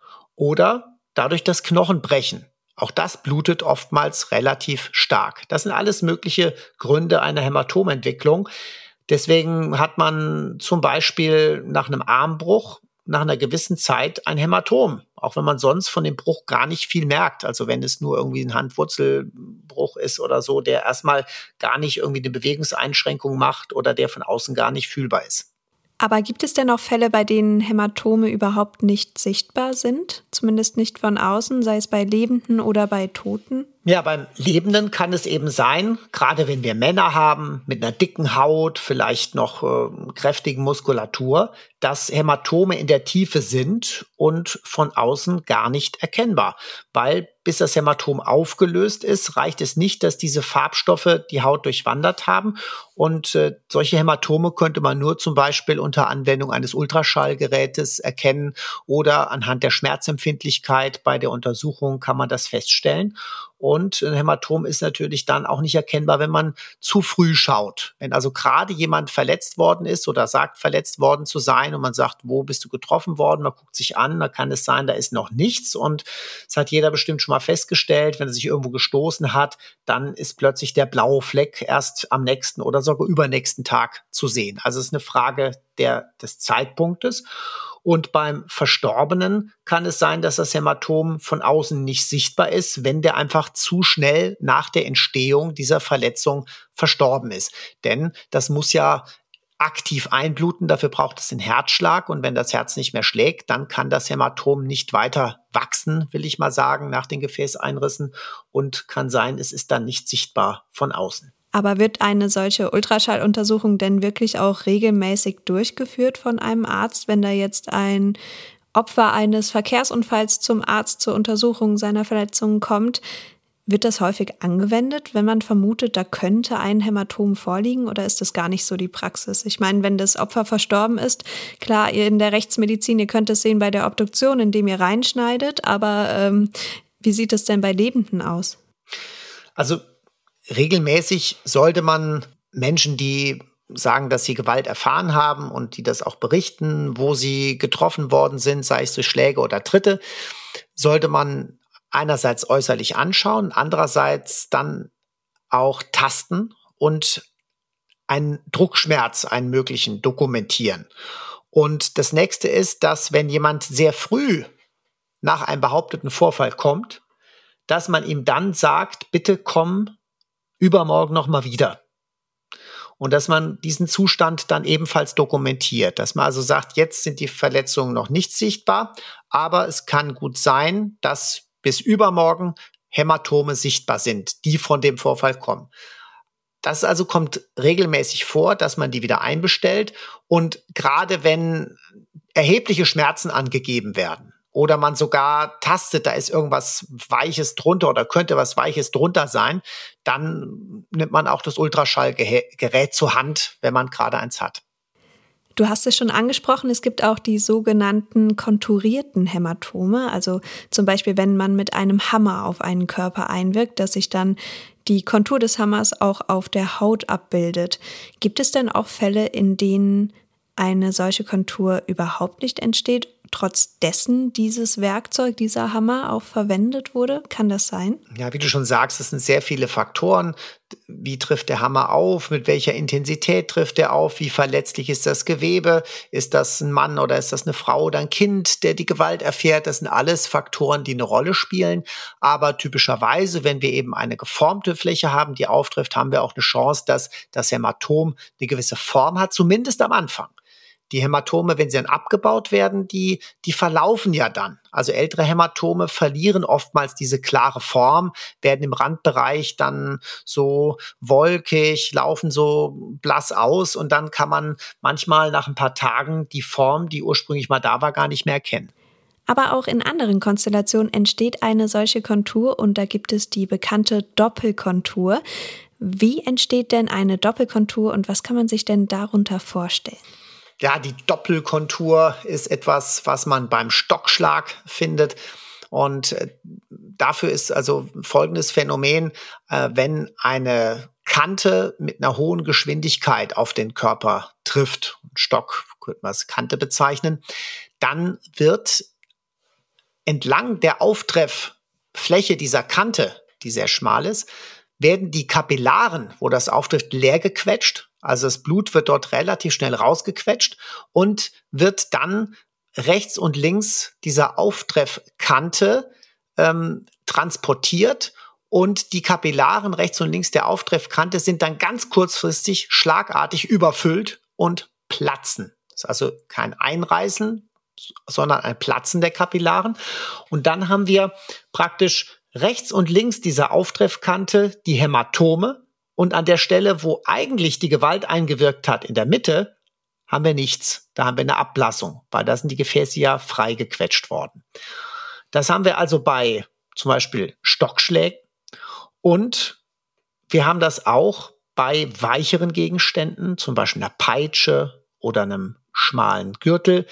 oder dadurch das Knochen brechen. Auch das blutet oftmals relativ stark. Das sind alles mögliche Gründe einer Hämatomentwicklung. Deswegen hat man zum Beispiel nach einem Armbruch nach einer gewissen Zeit ein Hämatom, auch wenn man sonst von dem Bruch gar nicht viel merkt. Also wenn es nur irgendwie ein Handwurzelbruch ist oder so, der erstmal gar nicht irgendwie eine Bewegungseinschränkung macht oder der von außen gar nicht fühlbar ist. Aber gibt es denn auch Fälle, bei denen Hämatome überhaupt nicht sichtbar sind? Zumindest nicht von außen, sei es bei Lebenden oder bei Toten? Ja, beim Lebenden kann es eben sein, gerade wenn wir Männer haben, mit einer dicken Haut, vielleicht noch äh, kräftigen Muskulatur, dass Hämatome in der Tiefe sind und von außen gar nicht erkennbar. Weil bis das Hämatom aufgelöst ist, reicht es nicht, dass diese Farbstoffe die Haut durchwandert haben. Und äh, solche Hämatome könnte man nur zum Beispiel unter Anwendung eines Ultraschallgerätes erkennen oder anhand der Schmerzempfindlichkeit bei der Untersuchung kann man das feststellen. Und ein Hämatom ist natürlich dann auch nicht erkennbar, wenn man zu früh schaut. Wenn also gerade jemand verletzt worden ist oder sagt, verletzt worden zu sein und man sagt, wo bist du getroffen worden? Man guckt sich an, da kann es sein, da ist noch nichts. Und das hat jeder bestimmt schon mal festgestellt, wenn er sich irgendwo gestoßen hat, dann ist plötzlich der blaue Fleck erst am nächsten oder sogar übernächsten Tag zu sehen. Also es ist eine Frage der, des Zeitpunktes. Und beim Verstorbenen kann es sein, dass das Hämatom von außen nicht sichtbar ist, wenn der einfach zu schnell nach der Entstehung dieser Verletzung verstorben ist. Denn das muss ja aktiv einbluten, dafür braucht es den Herzschlag. Und wenn das Herz nicht mehr schlägt, dann kann das Hämatom nicht weiter wachsen, will ich mal sagen, nach den Gefäßeinrissen. Und kann sein, es ist dann nicht sichtbar von außen. Aber wird eine solche Ultraschalluntersuchung denn wirklich auch regelmäßig durchgeführt von einem Arzt, wenn da jetzt ein Opfer eines Verkehrsunfalls zum Arzt zur Untersuchung seiner Verletzungen kommt? Wird das häufig angewendet, wenn man vermutet, da könnte ein Hämatom vorliegen, oder ist das gar nicht so die Praxis? Ich meine, wenn das Opfer verstorben ist, klar, ihr in der Rechtsmedizin, ihr könnt es sehen bei der Obduktion, indem ihr reinschneidet, aber ähm, wie sieht es denn bei Lebenden aus? Also regelmäßig sollte man Menschen, die sagen, dass sie Gewalt erfahren haben und die das auch berichten, wo sie getroffen worden sind, sei es durch Schläge oder Tritte, sollte man einerseits äußerlich anschauen, andererseits dann auch tasten und einen Druckschmerz, einen möglichen, dokumentieren. Und das nächste ist, dass wenn jemand sehr früh nach einem behaupteten Vorfall kommt, dass man ihm dann sagt, bitte komm übermorgen noch mal wieder. Und dass man diesen Zustand dann ebenfalls dokumentiert. Dass man also sagt, jetzt sind die Verletzungen noch nicht sichtbar, aber es kann gut sein, dass bis übermorgen Hämatome sichtbar sind, die von dem Vorfall kommen. Das also kommt regelmäßig vor, dass man die wieder einbestellt. Und gerade wenn erhebliche Schmerzen angegeben werden, oder man sogar tastet, da ist irgendwas Weiches drunter oder könnte was Weiches drunter sein, dann nimmt man auch das Ultraschallgerät zur Hand, wenn man gerade eins hat. Du hast es schon angesprochen, es gibt auch die sogenannten konturierten Hämatome, also zum Beispiel, wenn man mit einem Hammer auf einen Körper einwirkt, dass sich dann die Kontur des Hammers auch auf der Haut abbildet. Gibt es denn auch Fälle, in denen eine solche Kontur überhaupt nicht entsteht, trotz dessen dieses Werkzeug, dieser Hammer auch verwendet wurde? Kann das sein? Ja, wie du schon sagst, es sind sehr viele Faktoren. Wie trifft der Hammer auf? Mit welcher Intensität trifft er auf? Wie verletzlich ist das Gewebe? Ist das ein Mann oder ist das eine Frau oder ein Kind, der die Gewalt erfährt? Das sind alles Faktoren, die eine Rolle spielen. Aber typischerweise, wenn wir eben eine geformte Fläche haben, die auftrifft, haben wir auch eine Chance, dass das Hämatom eine gewisse Form hat, zumindest am Anfang. die Hämatome, wenn sie dann abgebaut werden, die, die verlaufen ja dann. Also ältere Hämatome verlieren oftmals diese klare Form, werden im Randbereich dann so wolkig, laufen so blass aus und dann kann man manchmal nach ein paar Tagen die Form, die ursprünglich mal da war, gar nicht mehr erkennen. Aber auch in anderen Konstellationen entsteht eine solche Kontur und da gibt es die bekannte Doppelkontur. Wie entsteht denn eine Doppelkontur und was kann man sich denn darunter vorstellen? Ja, die Doppelkontur ist etwas, was man beim Stockschlag findet. Und dafür ist also folgendes Phänomen, äh, wenn eine Kante mit einer hohen Geschwindigkeit auf den Körper trifft, Stock könnte man als Kante bezeichnen, dann wird entlang der Auftrefffläche dieser Kante, die sehr schmal ist, werden die Kapillaren, wo das auftrifft, leer gequetscht. Also das Blut wird dort relativ schnell rausgequetscht und wird dann rechts und links dieser Auftreffkante ähm, transportiert. Und die Kapillaren rechts und links der Auftreffkante sind dann ganz kurzfristig schlagartig überfüllt und platzen. Das ist also kein Einreißen, sondern ein Platzen der Kapillaren. Und dann haben wir praktisch rechts und links dieser Auftreffkante die Hämatome. Und an der Stelle, wo eigentlich die Gewalt eingewirkt hat, in der Mitte, haben wir nichts. Da haben wir eine Ablassung, weil da sind die Gefäße ja frei gequetscht worden. Das haben wir also bei zum Beispiel Stockschlägen. Und wir haben das auch bei weicheren Gegenständen, zum Beispiel einer Peitsche oder einem schmalen Gürtel.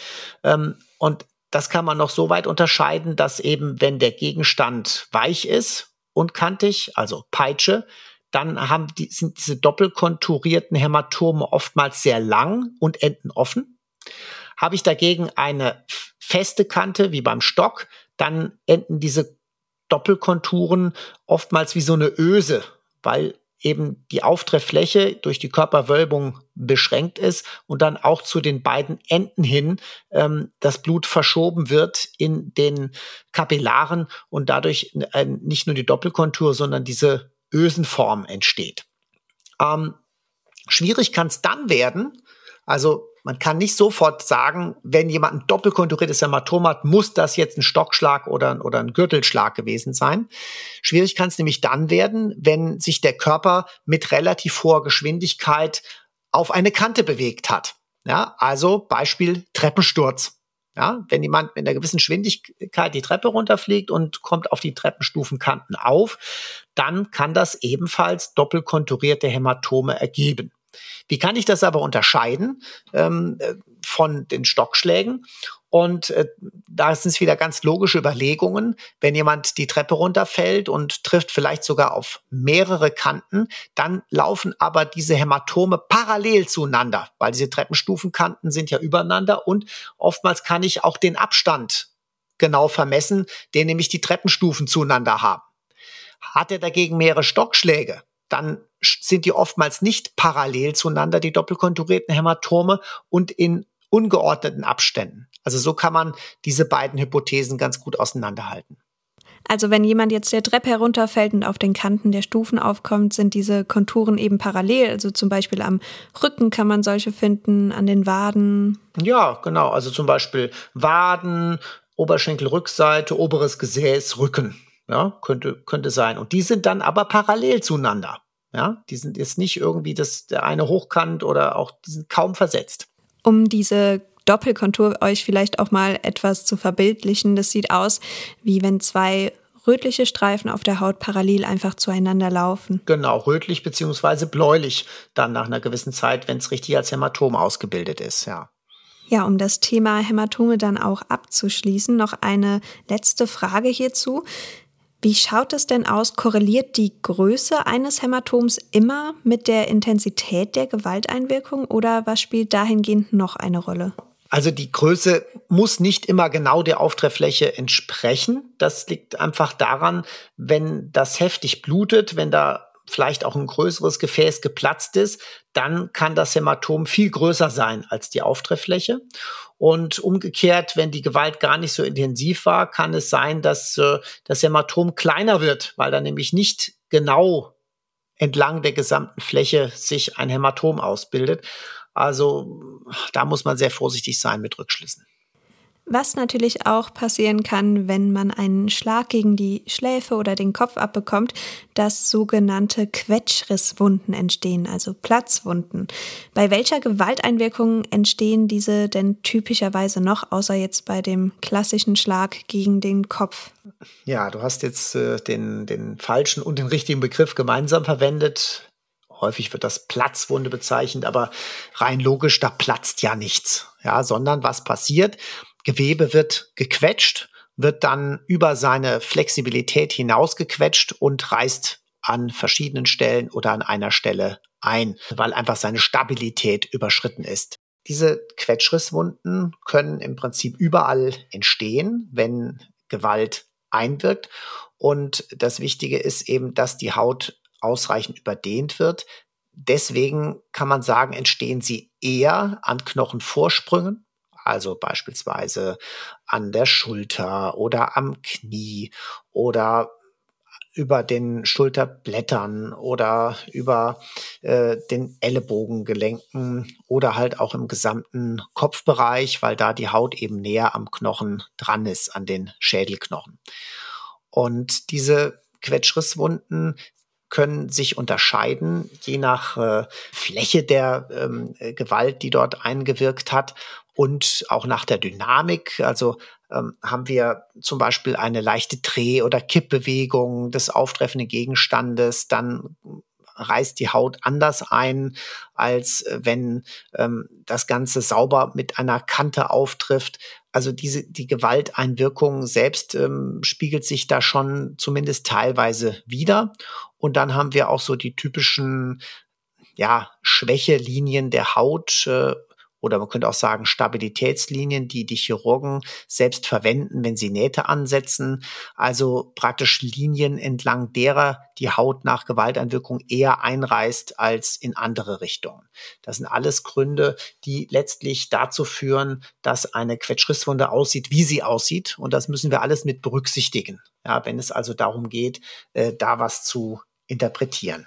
Und das kann man noch so weit unterscheiden, dass eben, wenn der Gegenstand weich ist und kantig, also Peitsche, dann haben die, sind diese doppelkonturierten Hämatome oftmals sehr lang und enden offen. Habe ich dagegen eine feste Kante, wie beim Stock, dann enden diese Doppelkonturen oftmals wie so eine Öse, weil eben die Auftrefffläche durch die Körperwölbung beschränkt ist und dann auch zu den beiden Enden hin ähm, das Blut verschoben wird in den Kapillaren und dadurch äh, nicht nur die Doppelkontur, sondern diese Ösenform entsteht. Ähm, schwierig kann es dann werden, also man kann nicht sofort sagen, wenn jemand ein doppelkonturiertes Hämatom hat, muss das jetzt ein Stockschlag oder, oder ein Gürtelschlag gewesen sein. Schwierig kann es nämlich dann werden, wenn sich der Körper mit relativ hoher Geschwindigkeit auf eine Kante bewegt hat. Ja, also Beispiel Treppensturz. Ja, wenn jemand mit einer gewissen Geschwindigkeit die Treppe runterfliegt und kommt auf die Treppenstufenkanten auf, dann kann das ebenfalls doppelkonturierte Hämatome ergeben. Wie kann ich das aber unterscheiden ähm, von den Stockschlägen? Und äh, da sind es wieder ganz logische Überlegungen. Wenn jemand die Treppe runterfällt und trifft vielleicht sogar auf mehrere Kanten, dann laufen aber diese Hämatome parallel zueinander, weil diese Treppenstufenkanten sind ja übereinander und oftmals kann ich auch den Abstand genau vermessen, den nämlich die Treppenstufen zueinander haben. Hat er dagegen mehrere Stockschläge, dann sind die oftmals nicht parallel zueinander, die doppelkonturierten Hämatome, und in ungeordneten Abständen. Also so kann man diese beiden Hypothesen ganz gut auseinanderhalten. Also wenn jemand jetzt der Treppe herunterfällt und auf den Kanten der Stufen aufkommt, sind diese Konturen eben parallel. Also zum Beispiel am Rücken kann man solche finden, an den Waden. Ja, genau. Also zum Beispiel Waden, Oberschenkelrückseite, oberes Gesäß, Rücken. Ja, könnte, könnte sein. Und die sind dann aber parallel zueinander. Ja, die sind jetzt nicht irgendwie das, der eine hochkant oder auch, die sind kaum versetzt. Um diese Doppelkontur euch vielleicht auch mal etwas zu verbildlichen, das sieht aus, wie wenn zwei rötliche Streifen auf der Haut parallel einfach zueinander laufen. Genau, rötlich beziehungsweise bläulich dann nach einer gewissen Zeit, wenn es richtig als Hämatom ausgebildet ist, ja. Ja, um das Thema Hämatome dann auch abzuschließen, noch eine letzte Frage hierzu. Wie schaut es denn aus? Korreliert die Größe eines Hämatoms immer mit der Intensität der Gewalteinwirkung oder was spielt dahingehend noch eine Rolle? Also die Größe muss nicht immer genau der Auftrefffläche entsprechen. Das liegt einfach daran, wenn das heftig blutet, wenn da vielleicht auch ein größeres Gefäß geplatzt ist, dann kann das Hämatom viel größer sein als die Auftrefffläche. Und umgekehrt, wenn die Gewalt gar nicht so intensiv war, kann es sein, dass äh, das Hämatom kleiner wird, weil dann nämlich nicht genau entlang der gesamten Fläche sich ein Hämatom ausbildet. Also da muss man sehr vorsichtig sein mit Rückschlüssen. Was natürlich auch passieren kann, wenn man einen Schlag gegen die Schläfe oder den Kopf abbekommt, dass sogenannte Quetschrisswunden entstehen, also Platzwunden. Bei welcher Gewalteinwirkung entstehen diese denn typischerweise noch, außer jetzt bei dem klassischen Schlag gegen den Kopf? Ja, du hast jetzt äh, den, den falschen und den richtigen Begriff gemeinsam verwendet. Häufig wird das Platzwunde bezeichnet, aber rein logisch, da platzt ja nichts, ja, sondern was passiert? Gewebe wird gequetscht, wird dann über seine Flexibilität hinausgequetscht und reißt an verschiedenen Stellen oder an einer Stelle ein, weil einfach seine Stabilität überschritten ist. Diese Quetschrisswunden können im Prinzip überall entstehen, wenn Gewalt einwirkt. Und das Wichtige ist eben, dass die Haut ausreichend überdehnt wird. Deswegen kann man sagen, entstehen sie eher an Knochenvorsprüngen, also beispielsweise an der Schulter oder am Knie oder über den Schulterblättern oder über äh, den Ellenbogengelenken oder halt auch im gesamten Kopfbereich, weil da die Haut eben näher am Knochen dran ist, an den Schädelknochen. Und diese Quetschrisswunden können sich unterscheiden, je nach äh, Fläche der ähm, Gewalt, die dort eingewirkt hat und auch nach der Dynamik. Also ähm, haben wir zum Beispiel eine leichte Dreh- oder Kippbewegung des auftreffenden Gegenstandes, dann reißt die Haut anders ein, als wenn ähm, das Ganze sauber mit einer Kante auftrifft. Also diese, die Gewalteinwirkung selbst ähm, spiegelt sich da schon zumindest teilweise wider. Und dann haben wir auch so die typischen, ja, Schwächelinien der Haut, äh, oder man könnte auch sagen Stabilitätslinien, die die Chirurgen selbst verwenden, wenn sie Nähte ansetzen. Also praktisch Linien, entlang derer die Haut nach Gewalteinwirkung eher einreißt als in andere Richtungen. Das sind alles Gründe, die letztlich dazu führen, dass eine Quetschrisswunde aussieht, wie sie aussieht. Und das müssen wir alles mit berücksichtigen. Ja, wenn es also darum geht, äh, da was zu interpretieren.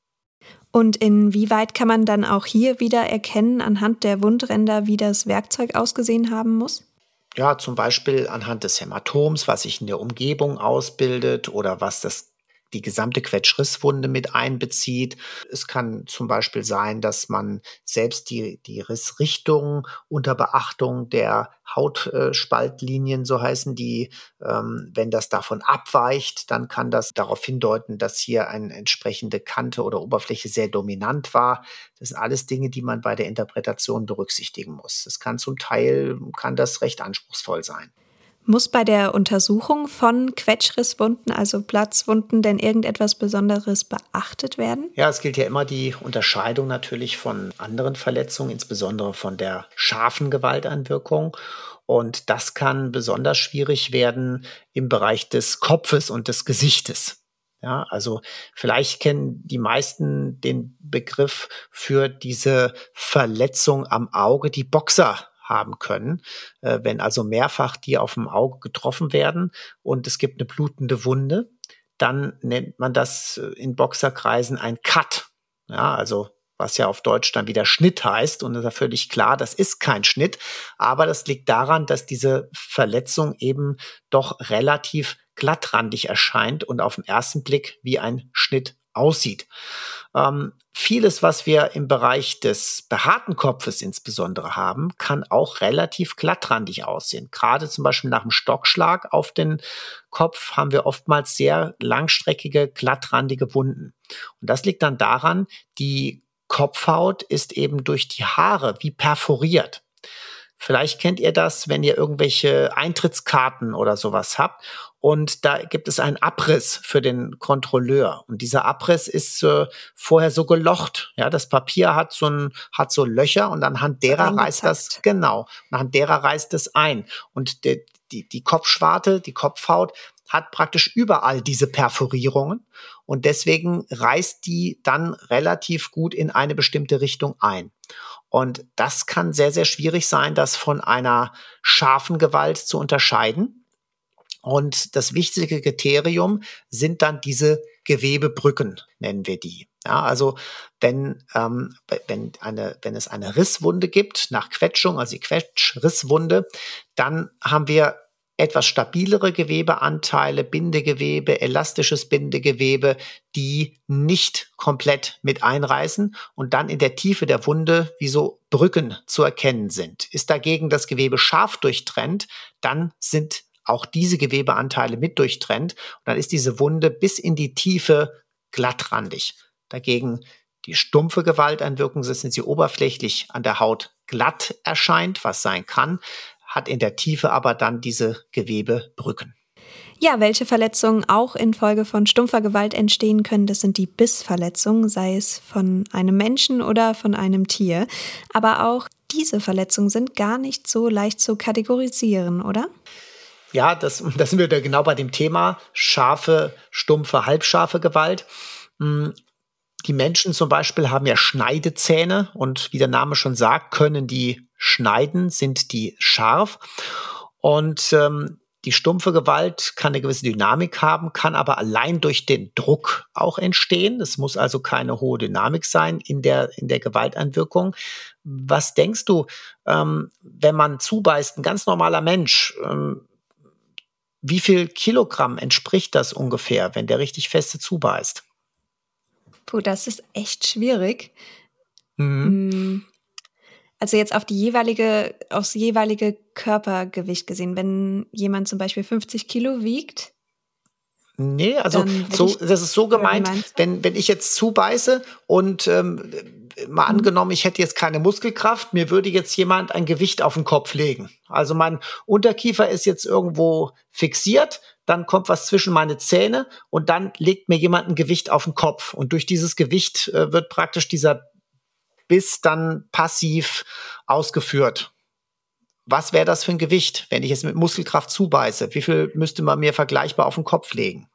Und inwieweit kann man dann auch hier wieder erkennen anhand der Wundränder, wie das Werkzeug ausgesehen haben muss? Ja, zum Beispiel anhand des Hämatoms, was sich in der Umgebung ausbildet oder was das die gesamte Quetschrisswunde mit einbezieht. Es kann zum Beispiel sein, dass man selbst die, die Rissrichtung unter Beachtung der Hautspaltlinien, so heißen die, ähm, wenn das davon abweicht, dann kann das darauf hindeuten, dass hier eine entsprechende Kante oder Oberfläche sehr dominant war. Das sind alles Dinge, die man bei der Interpretation berücksichtigen muss. Das kann zum Teil, kann das recht anspruchsvoll sein. Muss bei der Untersuchung von Quetschrisswunden, also Platzwunden, denn irgendetwas Besonderes beachtet werden? Ja, es gilt ja immer die Unterscheidung natürlich von anderen Verletzungen, insbesondere von der scharfen Gewalteinwirkung. Und das kann besonders schwierig werden im Bereich des Kopfes und des Gesichtes. Ja, also vielleicht kennen die meisten den Begriff für diese Verletzung am Auge, die Boxer haben können, äh, wenn also mehrfach die auf dem Auge getroffen werden und es gibt eine blutende Wunde, dann nennt man das in Boxerkreisen ein Cut. Ja, also was ja auf Deutsch dann wieder Schnitt heißt. Und es ist ja völlig klar, das ist kein Schnitt. Aber das liegt daran, dass diese Verletzung eben doch relativ glattrandig erscheint und auf den ersten Blick wie ein Schnitt aussieht. Ähm, vieles, was wir im Bereich des behaarten Kopfes insbesondere haben, kann auch relativ glattrandig aussehen. Gerade zum Beispiel nach dem Stockschlag auf den Kopf haben wir oftmals sehr langstreckige, glattrandige Wunden. Und das liegt dann daran, die Kopfhaut ist eben durch die Haare wie perforiert. Vielleicht kennt ihr das, wenn ihr irgendwelche Eintrittskarten oder sowas habt und da gibt es einen Abriss für den Kontrolleur und dieser Abriss ist äh, vorher so gelocht. Ja, das Papier hat so ein, hat so Löcher und anhand derer reißt das, genau, anhand derer reißt es ein und die, die, die Kopfschwarte, die Kopfhaut hat praktisch überall diese Perforierungen und deswegen reißt die dann relativ gut in eine bestimmte Richtung ein. Und das kann sehr, sehr schwierig sein, das von einer scharfen Gewalt zu unterscheiden. Und das wichtige Kriterium sind dann diese Gewebebrücken, nennen wir die. Ja, also wenn, ähm, wenn, eine, wenn es eine Risswunde gibt nach Quetschung, also die Quetschrisswunde, dann haben wir etwas stabilere Gewebeanteile, Bindegewebe, elastisches Bindegewebe, die nicht komplett mit einreißen und dann in der Tiefe der Wunde wie so Brücken zu erkennen sind. Ist dagegen das Gewebe scharf durchtrennt, dann sind auch diese Gewebeanteile mit durchtrennt und dann ist diese Wunde bis in die Tiefe glattrandig. Dagegen die stumpfe Gewalteinwirkung, das sind sie oberflächlich an der Haut glatt erscheint, was sein kann, hat in der Tiefe aber dann diese Gewebebrücken. Ja, welche Verletzungen auch infolge von stumpfer Gewalt entstehen können, das sind die Bissverletzungen, sei es von einem Menschen oder von einem Tier. Aber auch diese Verletzungen sind gar nicht so leicht zu kategorisieren, oder? Ja, das, das sind wir da genau bei dem Thema scharfe, stumpfe, halbscharfe Gewalt. Die Menschen zum Beispiel haben ja Schneidezähne und wie der Name schon sagt, können die schneiden, sind die scharf. Und ähm, die stumpfe Gewalt kann eine gewisse Dynamik haben, kann aber allein durch den Druck auch entstehen. Es muss also keine hohe Dynamik sein in der, in der Gewalteinwirkung. Was denkst du, ähm, wenn man zubeißt, ein ganz normaler Mensch, ähm, wie viel Kilogramm entspricht das ungefähr, wenn der richtig feste zubeißt? Puh, das ist echt schwierig. Mhm. Also jetzt auf die jeweilige, aufs jeweilige Körpergewicht gesehen. Wenn jemand zum Beispiel fünfzig Kilo wiegt. Nee, also so, das ist so gemeint, wenn, wenn ich jetzt zubeiße und ähm, mal mhm. angenommen, ich hätte jetzt keine Muskelkraft, mir würde jetzt jemand ein Gewicht auf den Kopf legen. Also mein Unterkiefer ist jetzt irgendwo fixiert, dann kommt was zwischen meine Zähne und dann legt mir jemand ein Gewicht auf den Kopf. Und durch dieses Gewicht äh, wird praktisch dieser Biss dann passiv ausgeführt. Was wäre das für ein Gewicht, wenn ich jetzt mit Muskelkraft zubeiße? Wie viel müsste man mir vergleichbar auf den Kopf legen?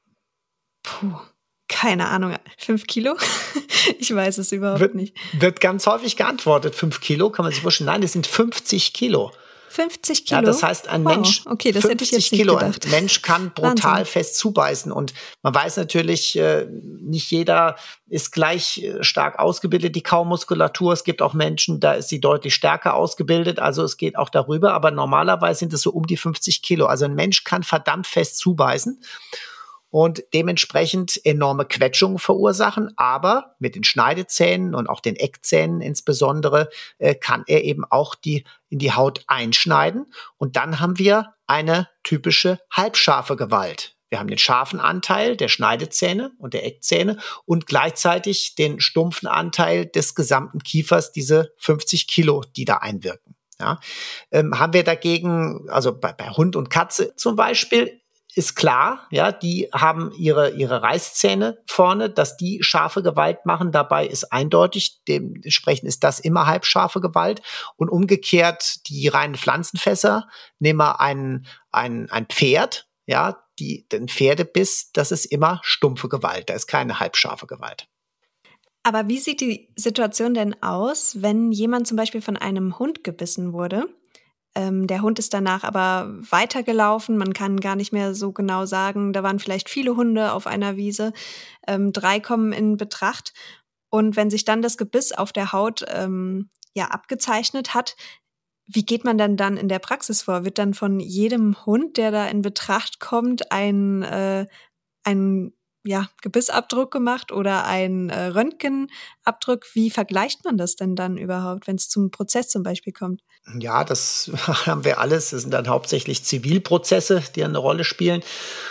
Puh, keine Ahnung. Fünf Kilo? Ich weiß es überhaupt wird, nicht. Wird ganz häufig geantwortet. Fünf Kilo, kann man sich vorstellen. Nein, es sind fünfzig Kilo. fünfzig Kilo? Ja, das heißt, ein wow. Mensch, okay, das hätte ich jetzt nicht Kilo, gedacht. Ein Mensch kann brutal Wahnsinn. fest zubeißen. Und man weiß natürlich, äh, nicht jeder ist gleich äh, stark ausgebildet, die Kaumuskulatur. Es gibt auch Menschen, da ist sie deutlich stärker ausgebildet. Also es geht auch darüber. Aber normalerweise sind es so um die fünfzig Kilo. Also ein Mensch kann verdammt fest zubeißen und dementsprechend enorme Quetschungen verursachen. Aber mit den Schneidezähnen und auch den Eckzähnen insbesondere äh, kann er eben auch die in die Haut einschneiden. Und dann haben wir eine typische halbscharfe Gewalt. Wir haben den scharfen Anteil der Schneidezähne und der Eckzähne und gleichzeitig den stumpfen Anteil des gesamten Kiefers, diese fünfzig Kilo, die da einwirken. Ja. Ähm, haben wir dagegen, also bei, bei Hund und Katze zum Beispiel, ist klar, ja, die haben ihre, ihre Reißzähne vorne, dass die scharfe Gewalt machen. Dabei ist eindeutig, dementsprechend ist das immer halbscharfe Gewalt. Und umgekehrt die reinen Pflanzenfässer, nehmen wir ein, ein, ein Pferd, ja, die, den Pferdebiss, das ist immer stumpfe Gewalt, da ist keine halbscharfe Gewalt. Aber wie sieht die Situation denn aus, wenn jemand zum Beispiel von einem Hund gebissen wurde? Ähm, der Hund ist danach aber weitergelaufen. Man kann gar nicht mehr so genau sagen, da waren vielleicht viele Hunde auf einer Wiese. Ähm, drei kommen in Betracht. Und wenn sich dann das Gebiss auf der Haut ähm, ja abgezeichnet hat, wie geht man dann dann in der Praxis vor? Wird dann von jedem Hund, der da in Betracht kommt, ein, äh, ein ja, Gebissabdruck gemacht oder ein äh, Röntgenabdruck? Wie vergleicht man das denn dann überhaupt, wenn es zum Prozess zum Beispiel kommt? Ja, das haben wir alles. Das sind dann hauptsächlich Zivilprozesse, die eine Rolle spielen.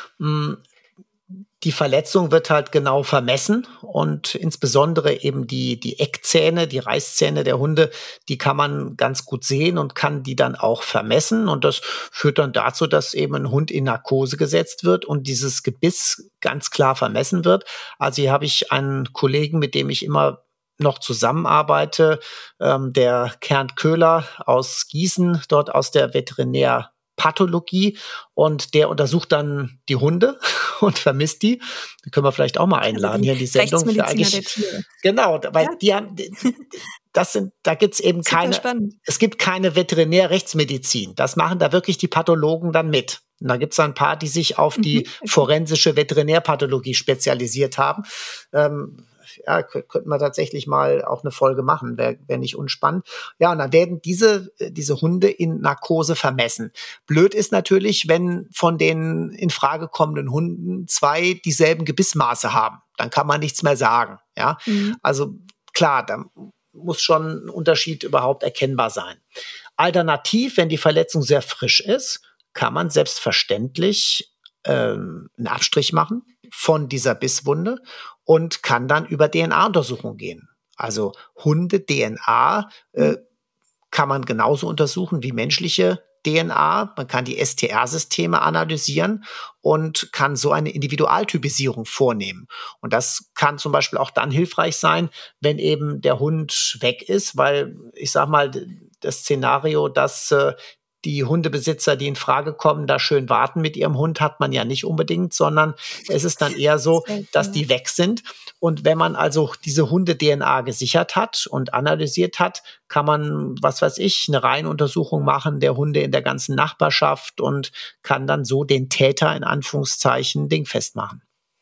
Die Verletzung wird halt genau vermessen und insbesondere eben die, die Eckzähne, die Reißzähne der Hunde, die kann man ganz gut sehen und kann die dann auch vermessen. Und das führt dann dazu, dass eben ein Hund in Narkose gesetzt wird und dieses Gebiss ganz klar vermessen wird. Also hier habe ich einen Kollegen, mit dem ich immer noch zusammenarbeite, ähm, der Kernt Köhler aus Gießen, dort aus der Veterinärpathologie, und der untersucht dann die Hunde und vermisst die. Die können wir vielleicht auch mal einladen hier in die Sendung. Für eigentlich, der Tiere. Genau, weil ja. die haben, das sind, da gibt's eben Super keine, spannend. Es gibt keine Veterinärrechtsmedizin. Das machen da wirklich die Pathologen dann mit. Und da gibt's dann ein paar, die sich auf die mhm, okay. forensische Veterinärpathologie spezialisiert haben. Ähm, Ja, könnten wir tatsächlich mal auch eine Folge machen, wäre wär nicht unspannend. Ja, und dann werden diese, diese Hunde in Narkose vermessen. Blöd ist natürlich, wenn von den in Frage kommenden Hunden zwei dieselben Gebissmaße haben. Dann kann man nichts mehr sagen. Ja, Mhm. also klar, da muss schon ein Unterschied überhaupt erkennbar sein. Alternativ, wenn die Verletzung sehr frisch ist, kann man selbstverständlich ähm, einen Abstrich machen von dieser Bisswunde und kann dann über D N A-Untersuchung gehen. Also Hunde-D N A äh, kann man genauso untersuchen wie menschliche D N A. Man kann die S T R-Systeme analysieren und kann so eine Individualtypisierung vornehmen. Und das kann zum Beispiel auch dann hilfreich sein, wenn eben der Hund weg ist, weil ich sag mal, das Szenario, dass äh, die Hundebesitzer, die in Frage kommen, da schön warten mit ihrem Hund, hat man ja nicht unbedingt, sondern es ist dann eher so, dass die weg sind. Und wenn man also diese Hunde-D N A gesichert hat und analysiert hat, kann man, was weiß ich, eine Reihenuntersuchung machen der Hunde in der ganzen Nachbarschaft und kann dann so den Täter in Anführungszeichen dingfest machen.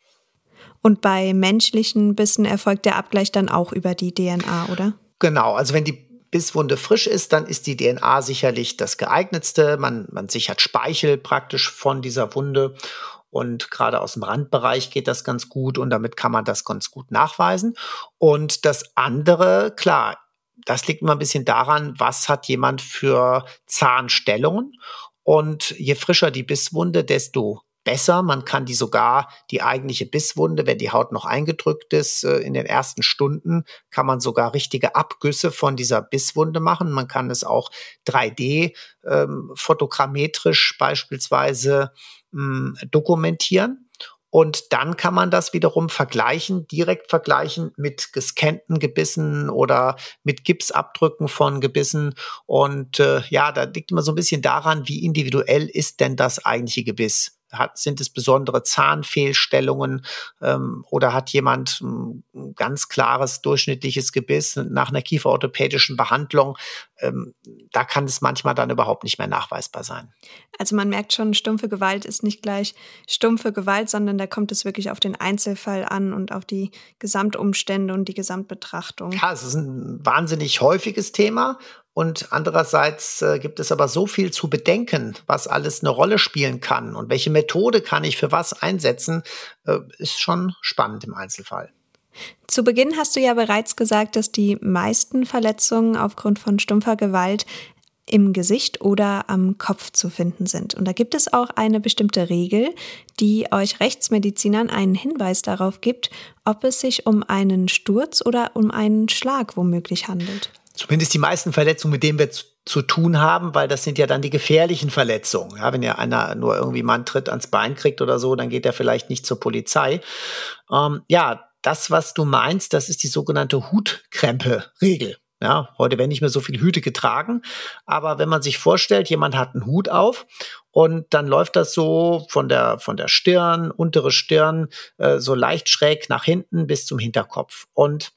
Und bei menschlichen Bissen erfolgt der Abgleich dann auch über die D N A, oder? Genau, also wenn die Bisswunde frisch ist, dann ist die D N A sicherlich das geeignetste. Man, man sichert Speichel praktisch von dieser Wunde und gerade aus dem Randbereich geht das ganz gut und damit kann man das ganz gut nachweisen. Und das andere, klar, das liegt immer ein bisschen daran, was hat jemand für Zahnstellungen und je frischer die Bisswunde, desto besser. Man kann die sogar, die eigentliche Bisswunde, wenn die Haut noch eingedrückt ist, in den ersten Stunden kann man sogar richtige Abgüsse von dieser Bisswunde machen. Man kann es auch drei D ähm, fotogrammetrisch beispielsweise ähm, dokumentieren. Und dann kann man das wiederum vergleichen, direkt vergleichen mit gescannten Gebissen oder mit Gipsabdrücken von Gebissen. Und äh, ja, da liegt immer so ein bisschen daran, wie individuell ist denn das eigentliche Gebiss. Hat, sind es besondere Zahnfehlstellungen ähm, oder hat jemand ein ganz klares durchschnittliches Gebiss nach einer kieferorthopädischen Behandlung? Ähm, da kann es manchmal dann überhaupt nicht mehr nachweisbar sein. Also man merkt schon, stumpfe Gewalt ist nicht gleich stumpfe Gewalt, sondern da kommt es wirklich auf den Einzelfall an und auf die Gesamtumstände und die Gesamtbetrachtung. Ja, es ist ein wahnsinnig häufiges Thema. Und andererseits äh, gibt es aber so viel zu bedenken, was alles eine Rolle spielen kann und welche Methode kann ich für was einsetzen, äh, ist schon spannend im Einzelfall. Zu Beginn hast du ja bereits gesagt, dass die meisten Verletzungen aufgrund von stumpfer Gewalt im Gesicht oder am Kopf zu finden sind. Und da gibt es auch eine bestimmte Regel, die euch Rechtsmedizinern einen Hinweis darauf gibt, ob es sich um einen Sturz oder um einen Schlag womöglich handelt. Zumindest die meisten Verletzungen, mit denen wir zu, zu tun haben, weil das sind ja dann die gefährlichen Verletzungen. Ja, wenn ja einer nur irgendwie mal einen Tritt ans Bein kriegt oder so, dann geht er vielleicht nicht zur Polizei. Ähm, ja, das, was du meinst, das ist die sogenannte Hutkrempe-Regel. Ja, heute werden nicht mehr so viele Hüte getragen, aber wenn man sich vorstellt, jemand hat einen Hut auf und dann läuft das so von der, von der Stirn, untere Stirn, äh, so leicht schräg nach hinten bis zum Hinterkopf. Und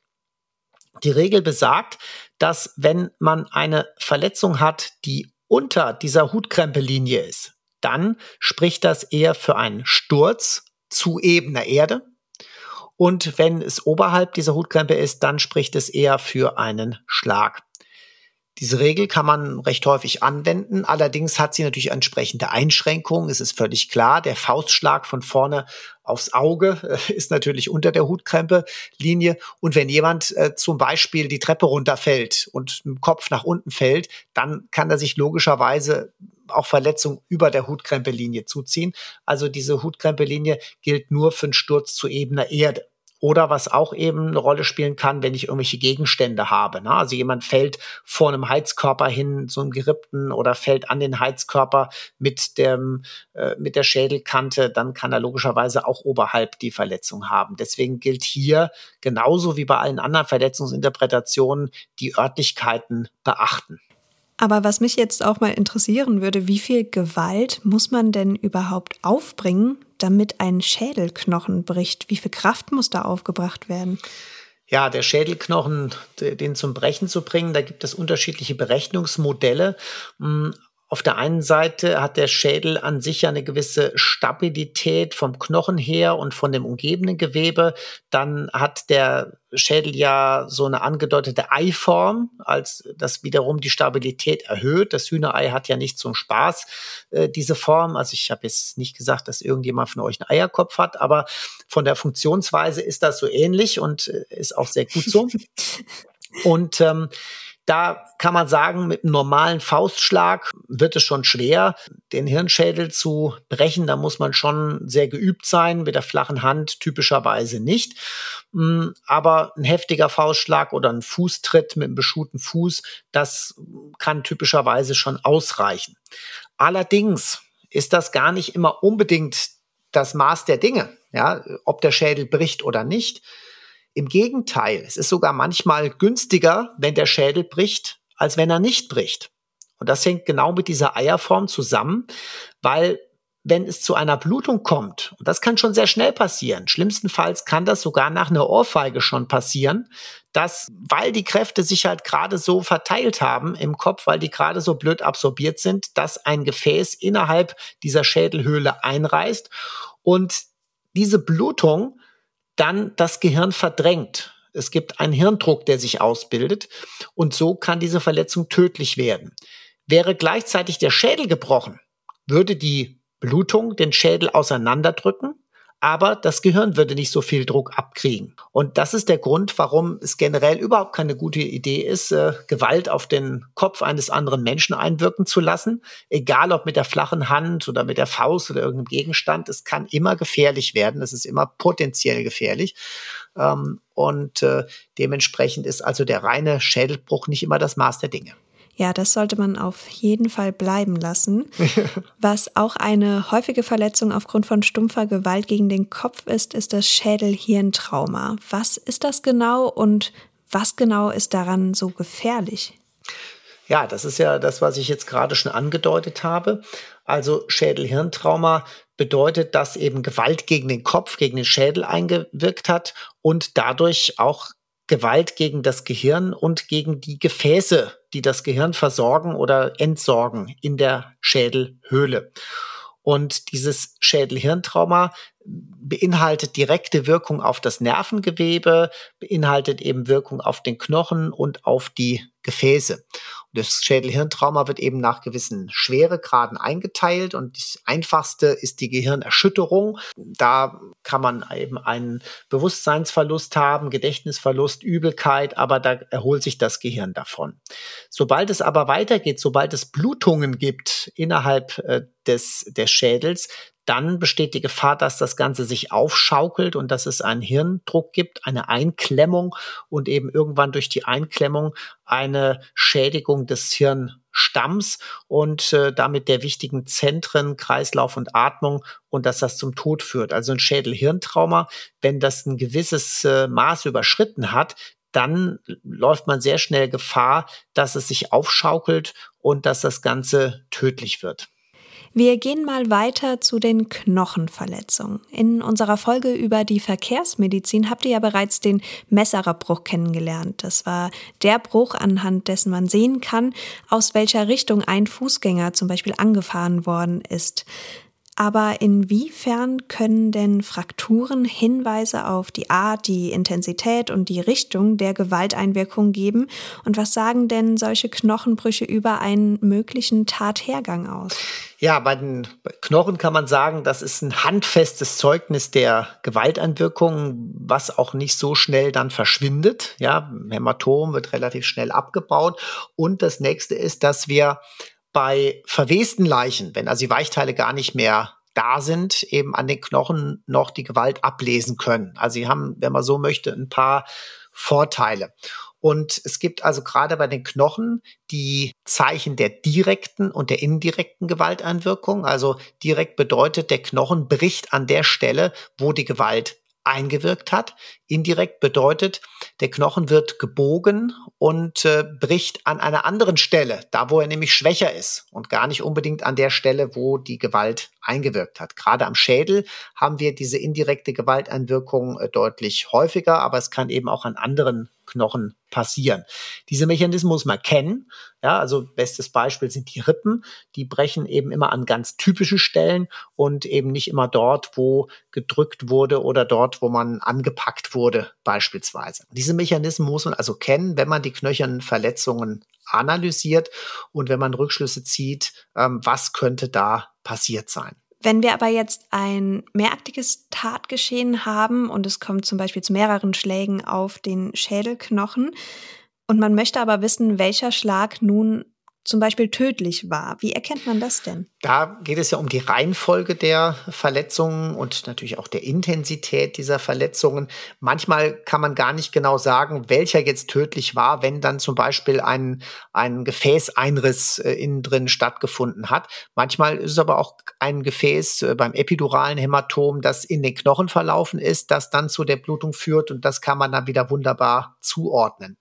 die Regel besagt, dass wenn man eine Verletzung hat, die unter dieser Hutkrempelinie ist, dann spricht das eher für einen Sturz zu ebener Erde. Und wenn es oberhalb dieser Hutkrempe ist, dann spricht es eher für einen Schlag. Diese Regel kann man recht häufig anwenden. Allerdings hat sie natürlich entsprechende Einschränkungen. Es ist völlig klar, der Faustschlag von vorne aufs Auge äh, ist natürlich unter der Hutkrempe-Linie. Und wenn jemand äh, zum Beispiel die Treppe runterfällt und mit dem Kopf nach unten fällt, dann kann er sich logischerweise auch Verletzungen über der Hutkrempe-Linie zuziehen. Also diese Hutkrempe-Linie gilt nur für einen Sturz zu ebener Erde. Oder was auch eben eine Rolle spielen kann, wenn ich irgendwelche Gegenstände habe. Ne? Also jemand fällt vor einem Heizkörper hin, so einem gerippten, oder fällt an den Heizkörper mit dem äh, mit der Schädelkante, dann kann er logischerweise auch oberhalb die Verletzung haben. Deswegen gilt hier genauso wie bei allen anderen Verletzungsinterpretationen die Örtlichkeiten beachten. Aber was mich jetzt auch mal interessieren würde, wie viel Gewalt muss man denn überhaupt aufbringen, damit ein Schädelknochen bricht? Wie viel Kraft muss da aufgebracht werden? Ja, der Schädelknochen, den zum Brechen zu bringen, da gibt es unterschiedliche Berechnungsmodelle. auf der einen Seite hat der Schädel an sich ja eine gewisse Stabilität vom Knochen her und von dem umgebenden Gewebe. Dann hat der Schädel ja so eine angedeutete Eiform, als das wiederum die Stabilität erhöht. Das Hühnerei hat ja nicht zum Spaß äh, diese Form. Also ich habe jetzt nicht gesagt, dass irgendjemand von euch einen Eierkopf hat, aber von der Funktionsweise ist das so ähnlich und äh, ist auch sehr gut so. Und ähm, da kann man sagen, mit einem normalen Faustschlag wird es schon schwer, den Hirnschädel zu brechen. Da muss man schon sehr geübt sein, mit der flachen Hand typischerweise nicht. Aber ein heftiger Faustschlag oder ein Fußtritt mit einem beschuhten Fuß, das kann typischerweise schon ausreichen. Allerdings ist das gar nicht immer unbedingt das Maß der Dinge, ja, ob der Schädel bricht oder nicht. Im Gegenteil, es ist sogar manchmal günstiger, wenn der Schädel bricht, als wenn er nicht bricht. Und das hängt genau mit dieser Eierform zusammen, weil wenn es zu einer Blutung kommt, und das kann schon sehr schnell passieren, schlimmstenfalls kann das sogar nach einer Ohrfeige schon passieren, dass, weil die Kräfte sich halt gerade so verteilt haben im Kopf, weil die gerade so blöd absorbiert sind, dass ein Gefäß innerhalb dieser Schädelhöhle einreißt und diese Blutung dann das Gehirn verdrängt. Es gibt einen Hirndruck, der sich ausbildet und so kann diese Verletzung tödlich werden. Wäre gleichzeitig der Schädel gebrochen, würde die Blutung den Schädel auseinanderdrücken, aber das Gehirn würde nicht so viel Druck abkriegen. Und das ist der Grund, warum es generell überhaupt keine gute Idee ist, äh, Gewalt auf den Kopf eines anderen Menschen einwirken zu lassen. Egal ob mit der flachen Hand oder mit der Faust oder irgendeinem Gegenstand. Es kann immer gefährlich werden. Es ist immer potenziell gefährlich. Ähm, und äh, dementsprechend ist also der reine Schädelbruch nicht immer das Maß der Dinge. Ja, das sollte man auf jeden Fall bleiben lassen. Was auch eine häufige Verletzung aufgrund von stumpfer Gewalt gegen den Kopf ist, ist das Schädel-Hirn-Trauma. Was ist das genau und was genau ist daran so gefährlich? Ja, das ist ja das, was ich jetzt gerade schon angedeutet habe. Also Schädel-Hirn-Trauma bedeutet, dass eben Gewalt gegen den Kopf, gegen den Schädel eingewirkt hat und dadurch auch Gewalt gegen das Gehirn und gegen die Gefäße, die das Gehirn versorgen oder entsorgen in der Schädelhöhle. Und dieses Schädel-Hirn-Trauma beinhaltet direkte Wirkung auf das Nervengewebe, beinhaltet eben Wirkung auf den Knochen und auf die Gefäße. Und das Schädel-Hirn-Trauma wird eben nach gewissen Schweregraden eingeteilt und das einfachste ist die Gehirnerschütterung. Da kann man eben einen Bewusstseinsverlust haben, Gedächtnisverlust, Übelkeit, aber da erholt sich das Gehirn davon. Sobald es aber weitergeht, sobald es Blutungen gibt innerhalb äh, des, des Schädels, dann besteht die Gefahr, dass das Ganze sich aufschaukelt und dass es einen Hirndruck gibt, eine Einklemmung und eben irgendwann durch die Einklemmung eine Schädigung des Hirnstamms und äh, damit der wichtigen Zentren, Kreislauf und Atmung und dass das zum Tod führt. Also ein Schädel-Hirntrauma, wenn das ein gewisses äh, Maß überschritten hat, dann läuft man sehr schnell Gefahr, dass es sich aufschaukelt und dass das Ganze tödlich wird. Wir gehen mal weiter zu den Knochenverletzungen. In unserer Folge über die Verkehrsmedizin habt ihr ja bereits den Messerer-Bruch kennengelernt. Das war der Bruch, anhand dessen man sehen kann, aus welcher Richtung ein Fußgänger zum Beispiel angefahren worden ist. Aber inwiefern können denn Frakturen Hinweise auf die Art, die Intensität und die Richtung der Gewalteinwirkung geben? Und was sagen denn solche Knochenbrüche über einen möglichen Tathergang aus? Ja, bei den Knochen kann man sagen, das ist ein handfestes Zeugnis der Gewalteinwirkung, was auch nicht so schnell dann verschwindet. Ja, Hämatom wird relativ schnell abgebaut. Und das nächste ist, dass wir bei verwesten Leichen, wenn also die Weichteile gar nicht mehr da sind, eben an den Knochen noch die Gewalt ablesen können. Also sie haben, wenn man so möchte, ein paar Vorteile. Und es gibt also gerade bei den Knochen die Zeichen der direkten und der indirekten Gewalteinwirkung. Also direkt bedeutet, der Knochen bricht an der Stelle, wo die Gewalt eingewirkt hat. Indirekt bedeutet, der Knochen wird gebogen und äh, bricht an einer anderen Stelle, da wo er nämlich schwächer ist und gar nicht unbedingt an der Stelle, wo die Gewalt eingewirkt hat. Gerade am Schädel haben wir diese indirekte Gewalteinwirkung äh, deutlich häufiger, aber es kann eben auch an anderen Knochen passieren. Diese Mechanismen muss man kennen. Ja, also bestes Beispiel sind die Rippen. Die brechen eben immer an ganz typischen Stellen und eben nicht immer dort, wo gedrückt wurde oder dort, wo man angepackt wurde beispielsweise. Diese Mechanismen muss man also kennen, wenn man die knöchernen Verletzungen analysiert und wenn man Rückschlüsse zieht, ähm, was könnte da passiert sein. Wenn wir aber jetzt ein mehrartiges Tatgeschehen haben und es kommt zum Beispiel zu mehreren Schlägen auf den Schädelknochen und man möchte aber wissen, welcher Schlag nun zum Beispiel tödlich war, wie erkennt man das denn? Da geht es ja um die Reihenfolge der Verletzungen und natürlich auch der Intensität dieser Verletzungen. Manchmal kann man gar nicht genau sagen, welcher jetzt tödlich war, wenn dann zum Beispiel ein, ein Gefäßeinriss äh, innen drin stattgefunden hat. Manchmal ist es aber auch ein Gefäß äh, beim epiduralen Hämatom, das in den Knochen verlaufen ist, das dann zu der Blutung führt und das kann man dann wieder wunderbar zuordnen.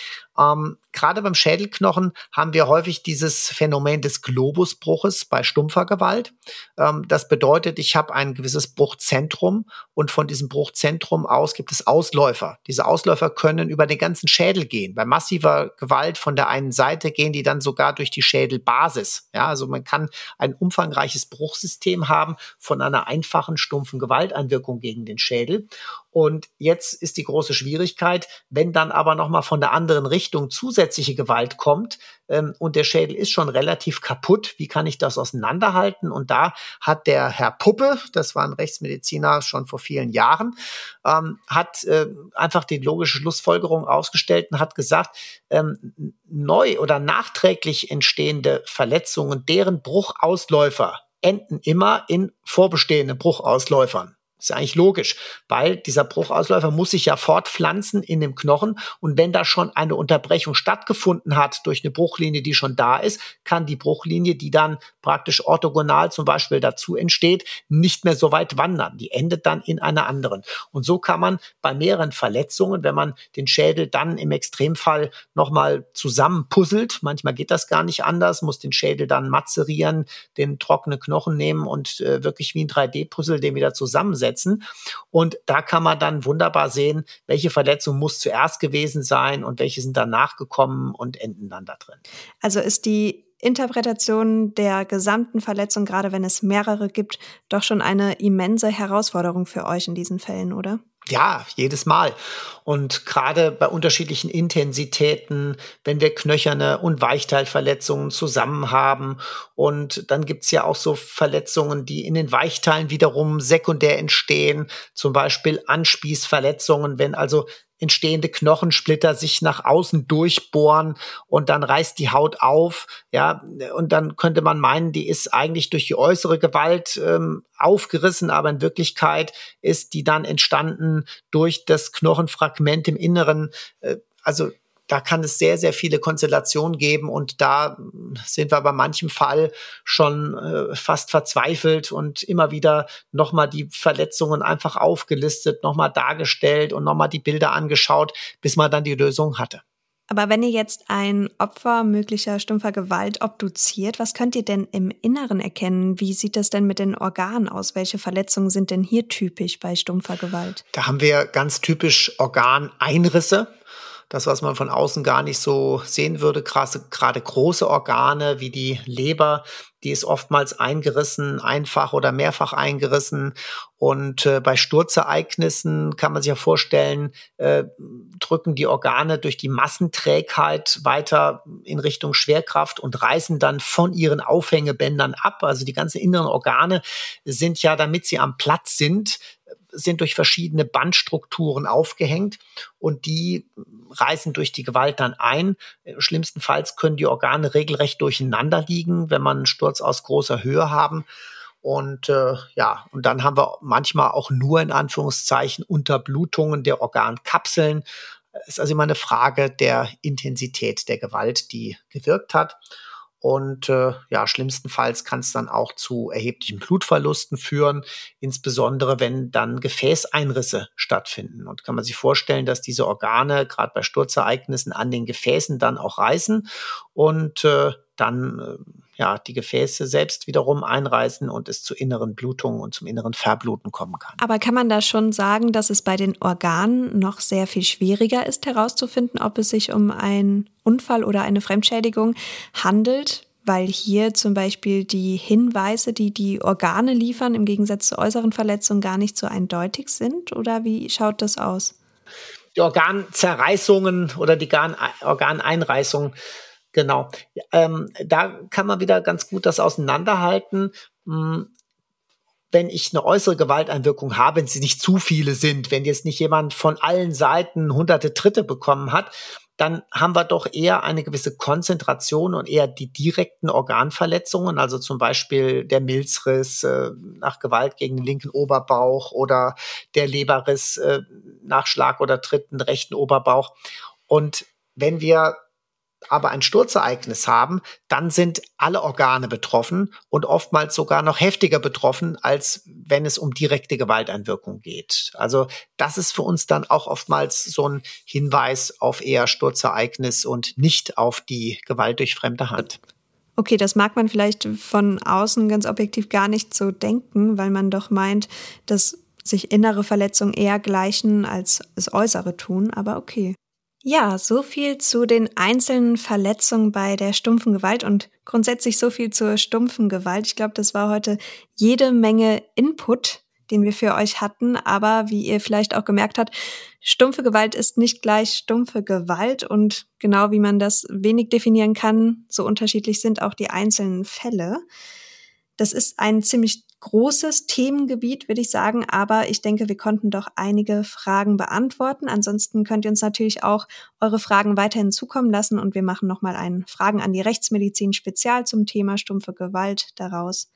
Ähm, gerade beim Schädelknochen haben wir häufig dieses Phänomen des Globusbruches bei stumpfer Gewalt. Ähm, das bedeutet, ich habe ein gewisses Bruchzentrum und von diesem Bruchzentrum aus gibt es Ausläufer. Diese Ausläufer können über den ganzen Schädel gehen. Bei massiver Gewalt von der einen Seite gehen die dann sogar durch die Schädelbasis. Ja, also man kann ein umfangreiches Bruchsystem haben von einer einfachen, stumpfen Gewalteinwirkung gegen den Schädel. Und jetzt ist die große Schwierigkeit, wenn dann aber nochmal von der anderen Richtung zusätzliche Gewalt kommt ähm, und der Schädel ist schon relativ kaputt, wie kann ich das auseinanderhalten? Und da hat der Herr Puppe, das war ein Rechtsmediziner schon vor vielen Jahren, ähm, hat äh, einfach die logische Schlussfolgerung ausgestellt und hat gesagt, ähm, neu oder nachträglich entstehende Verletzungen, deren Bruchausläufer enden immer in vorbestehenden Bruchausläufern. Ist ja eigentlich logisch, weil dieser Bruchausläufer muss sich ja fortpflanzen in dem Knochen und wenn da schon eine Unterbrechung stattgefunden hat durch eine Bruchlinie, die schon da ist, kann die Bruchlinie, die dann praktisch orthogonal zum Beispiel dazu entsteht, nicht mehr so weit wandern. Die endet dann in einer anderen. Und so kann man bei mehreren Verletzungen, wenn man den Schädel dann im Extremfall nochmal zusammenpuzzelt, manchmal geht das gar nicht anders, muss den Schädel dann mazerieren, den trockenen Knochen nehmen und äh, wirklich wie ein drei D-Puzzle den wieder zusammensetzen. Und da kann man dann wunderbar sehen, welche Verletzung muss zuerst gewesen sein und welche sind danach gekommen und enden dann da drin. Also ist die Interpretation der gesamten Verletzung, gerade wenn es mehrere gibt, doch schon eine immense Herausforderung für euch in diesen Fällen, oder? Ja, jedes Mal. Und gerade bei unterschiedlichen Intensitäten, wenn wir knöcherne und Weichteilverletzungen zusammen haben. Und dann gibt's ja auch so Verletzungen, die in den Weichteilen wiederum sekundär entstehen. Zum Beispiel Anspießverletzungen, wenn also entstehende Knochensplitter sich nach außen durchbohren und dann reißt die Haut auf, ja, und dann könnte man meinen, die ist eigentlich durch die äußere Gewalt ähm, aufgerissen, aber in Wirklichkeit ist die dann entstanden durch das Knochenfragment im Inneren, äh, also da kann es sehr, sehr viele Konstellationen geben und da sind wir bei manchem Fall schon äh, fast verzweifelt und immer wieder nochmal die Verletzungen einfach aufgelistet, nochmal dargestellt und nochmal die Bilder angeschaut, bis man dann die Lösung hatte. Aber wenn ihr jetzt ein Opfer möglicher stumpfer Gewalt obduziert, was könnt ihr denn im Inneren erkennen? Wie sieht das denn mit den Organen aus? Welche Verletzungen sind denn hier typisch bei stumpfer Gewalt? Da haben wir ganz typisch Organeinrisse. Das, was man von außen gar nicht so sehen würde, krasse, gerade große Organe wie die Leber, die ist oftmals eingerissen, einfach oder mehrfach eingerissen. Und äh, bei Sturzereignissen kann man sich ja vorstellen, äh, drücken die Organe durch die Massenträgheit weiter in Richtung Schwerkraft und reißen dann von ihren Aufhängebändern ab. Also die ganzen inneren Organe sind ja, damit sie am Platz sind, sind durch verschiedene Bandstrukturen aufgehängt und die reißen durch die Gewalt dann ein. Schlimmstenfalls können die Organe regelrecht durcheinander liegen, wenn man einen Sturz aus großer Höhe haben. Und äh, ja, und dann haben wir manchmal auch nur in Anführungszeichen Unterblutungen der Organkapseln. Es ist also immer eine Frage der Intensität der Gewalt, die gewirkt hat. Und äh, ja, schlimmstenfalls kann es dann auch zu erheblichen Blutverlusten führen, insbesondere wenn dann Gefäßeinrisse stattfinden. Und kann man sich vorstellen, dass diese Organe gerade bei Sturzereignissen an den Gefäßen dann auch reißen und äh, dann äh, ja, die Gefäße selbst wiederum einreißen und es zu inneren Blutungen und zum inneren Verbluten kommen kann. Aber kann man da schon sagen, dass es bei den Organen noch sehr viel schwieriger ist, herauszufinden, ob es sich um einen Unfall oder eine Fremdschädigung handelt? Weil hier zum Beispiel die Hinweise, die die Organe liefern, im Gegensatz zu äußeren Verletzungen gar nicht so eindeutig sind? Oder wie schaut das aus? Die Organzerreißungen oder die Organeinreißungen, genau. Ähm, da kann man wieder ganz gut das auseinanderhalten. Hm, wenn ich eine äußere Gewalteinwirkung habe, wenn es nicht zu viele sind, wenn jetzt nicht jemand von allen Seiten hunderte Tritte bekommen hat, dann haben wir doch eher eine gewisse Konzentration und eher die direkten Organverletzungen, also zum Beispiel der Milzriss äh, nach Gewalt gegen den linken Oberbauch oder der Leberriss äh, nach Schlag oder Tritt in den rechten Oberbauch. Und wenn wir aber ein Sturzereignis haben, dann sind alle Organe betroffen und oftmals sogar noch heftiger betroffen, als wenn es um direkte Gewalteinwirkung geht. Also das ist für uns dann auch oftmals so ein Hinweis auf eher Sturzereignis und nicht auf die Gewalt durch fremde Hand. Okay, das mag man vielleicht von außen ganz objektiv gar nicht so denken, weil man doch meint, dass sich innere Verletzungen eher gleichen, als es äußere tun, aber okay. Ja, so viel zu den einzelnen Verletzungen bei der stumpfen Gewalt und grundsätzlich so viel zur stumpfen Gewalt. Ich glaube, das war heute jede Menge Input, den wir für euch hatten. Aber wie ihr vielleicht auch gemerkt habt, stumpfe Gewalt ist nicht gleich stumpfe Gewalt. Und genau wie man das wenig definieren kann, so unterschiedlich sind auch die einzelnen Fälle. Das ist ein ziemlich großes Themengebiet, würde ich sagen, aber ich denke, wir konnten doch einige Fragen beantworten. Ansonsten könnt ihr uns natürlich auch eure Fragen weiterhin zukommen lassen und wir machen nochmal ein Fragen an die Rechtsmedizin Spezial zum Thema stumpfe Gewalt daraus.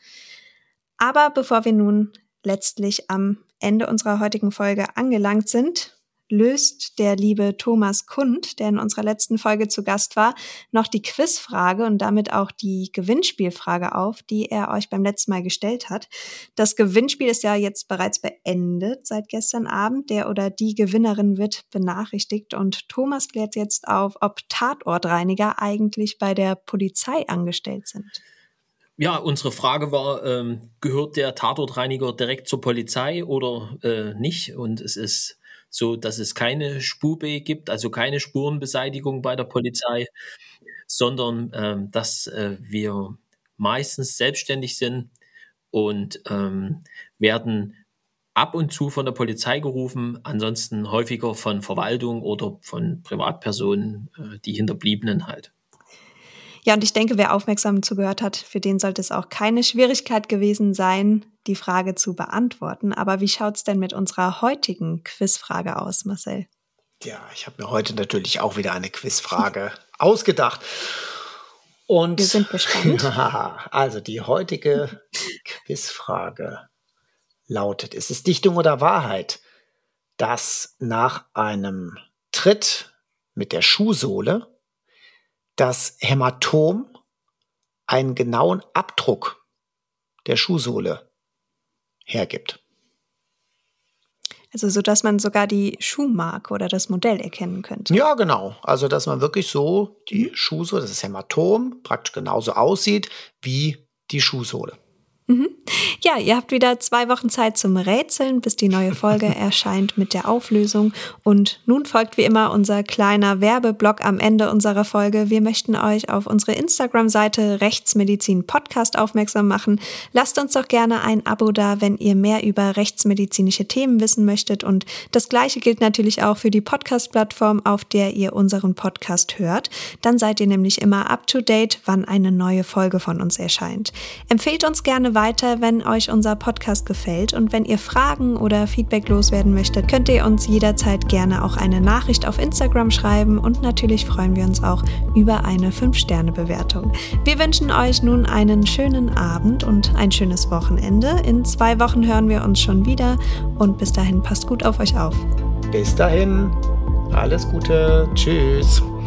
Aber bevor wir nun letztlich am Ende unserer heutigen Folge angelangt sind, löst der liebe Thomas Kund, der in unserer letzten Folge zu Gast war, noch die Quizfrage und damit auch die Gewinnspielfrage auf, die er euch beim letzten Mal gestellt hat. Das Gewinnspiel ist ja jetzt bereits beendet seit gestern Abend. Der oder die Gewinnerin wird benachrichtigt und Thomas klärt jetzt auf, ob Tatortreiniger eigentlich bei der Polizei angestellt sind. Ja, unsere Frage war, ähm, gehört der Tatortreiniger direkt zur Polizei oder äh, nicht? Und es ist so, dass es keine Spube gibt, also keine Spurenbeseitigung bei der Polizei, sondern ähm, dass äh, wir meistens selbstständig sind und ähm, werden ab und zu von der Polizei gerufen, ansonsten häufiger von Verwaltung oder von Privatpersonen, äh, die Hinterbliebenen halt. Ja, und ich denke, wer aufmerksam zugehört hat, für den sollte es auch keine Schwierigkeit gewesen sein, die Frage zu beantworten. Aber wie schaut's denn mit unserer heutigen Quizfrage aus, Marcel? Ja, ich habe mir heute natürlich auch wieder eine Quizfrage ausgedacht. Und wir sind gespannt. Also die heutige Quizfrage lautet: Ist es Dichtung oder Wahrheit, dass nach einem Tritt mit der Schuhsohle das Hämatom einen genauen Abdruck der Schuhsohle hergibt? Also so, dass man sogar die Schuhmarke oder das Modell erkennen könnte. Ja, genau. Also dass man wirklich so die Schuhsohle, das Hämatom, praktisch genauso aussieht wie die Schuhsohle. Mhm. Ja, ihr habt wieder zwei Wochen Zeit zum Rätseln, bis die neue Folge erscheint mit der Auflösung. Und nun folgt wie immer unser kleiner Werbeblock am Ende unserer Folge. Wir möchten euch auf unsere Instagram-Seite Rechtsmedizin Podcast aufmerksam machen. Lasst uns doch gerne ein Abo da, wenn ihr mehr über rechtsmedizinische Themen wissen möchtet. Und das Gleiche gilt natürlich auch für die Podcast-Plattform, auf der ihr unseren Podcast hört. Dann seid ihr nämlich immer up to date, wann eine neue Folge von uns erscheint. Empfehlt uns gerne weiter, wenn euch unser Podcast gefällt, und wenn ihr Fragen oder Feedback loswerden möchtet, könnt ihr uns jederzeit gerne auch eine Nachricht auf Instagram schreiben, und natürlich freuen wir uns auch über eine fünf Sterne Bewertung. Wir wünschen euch nun einen schönen Abend und ein schönes Wochenende. In zwei Wochen hören wir uns schon wieder und bis dahin passt gut auf euch auf. Bis dahin, alles Gute, tschüss.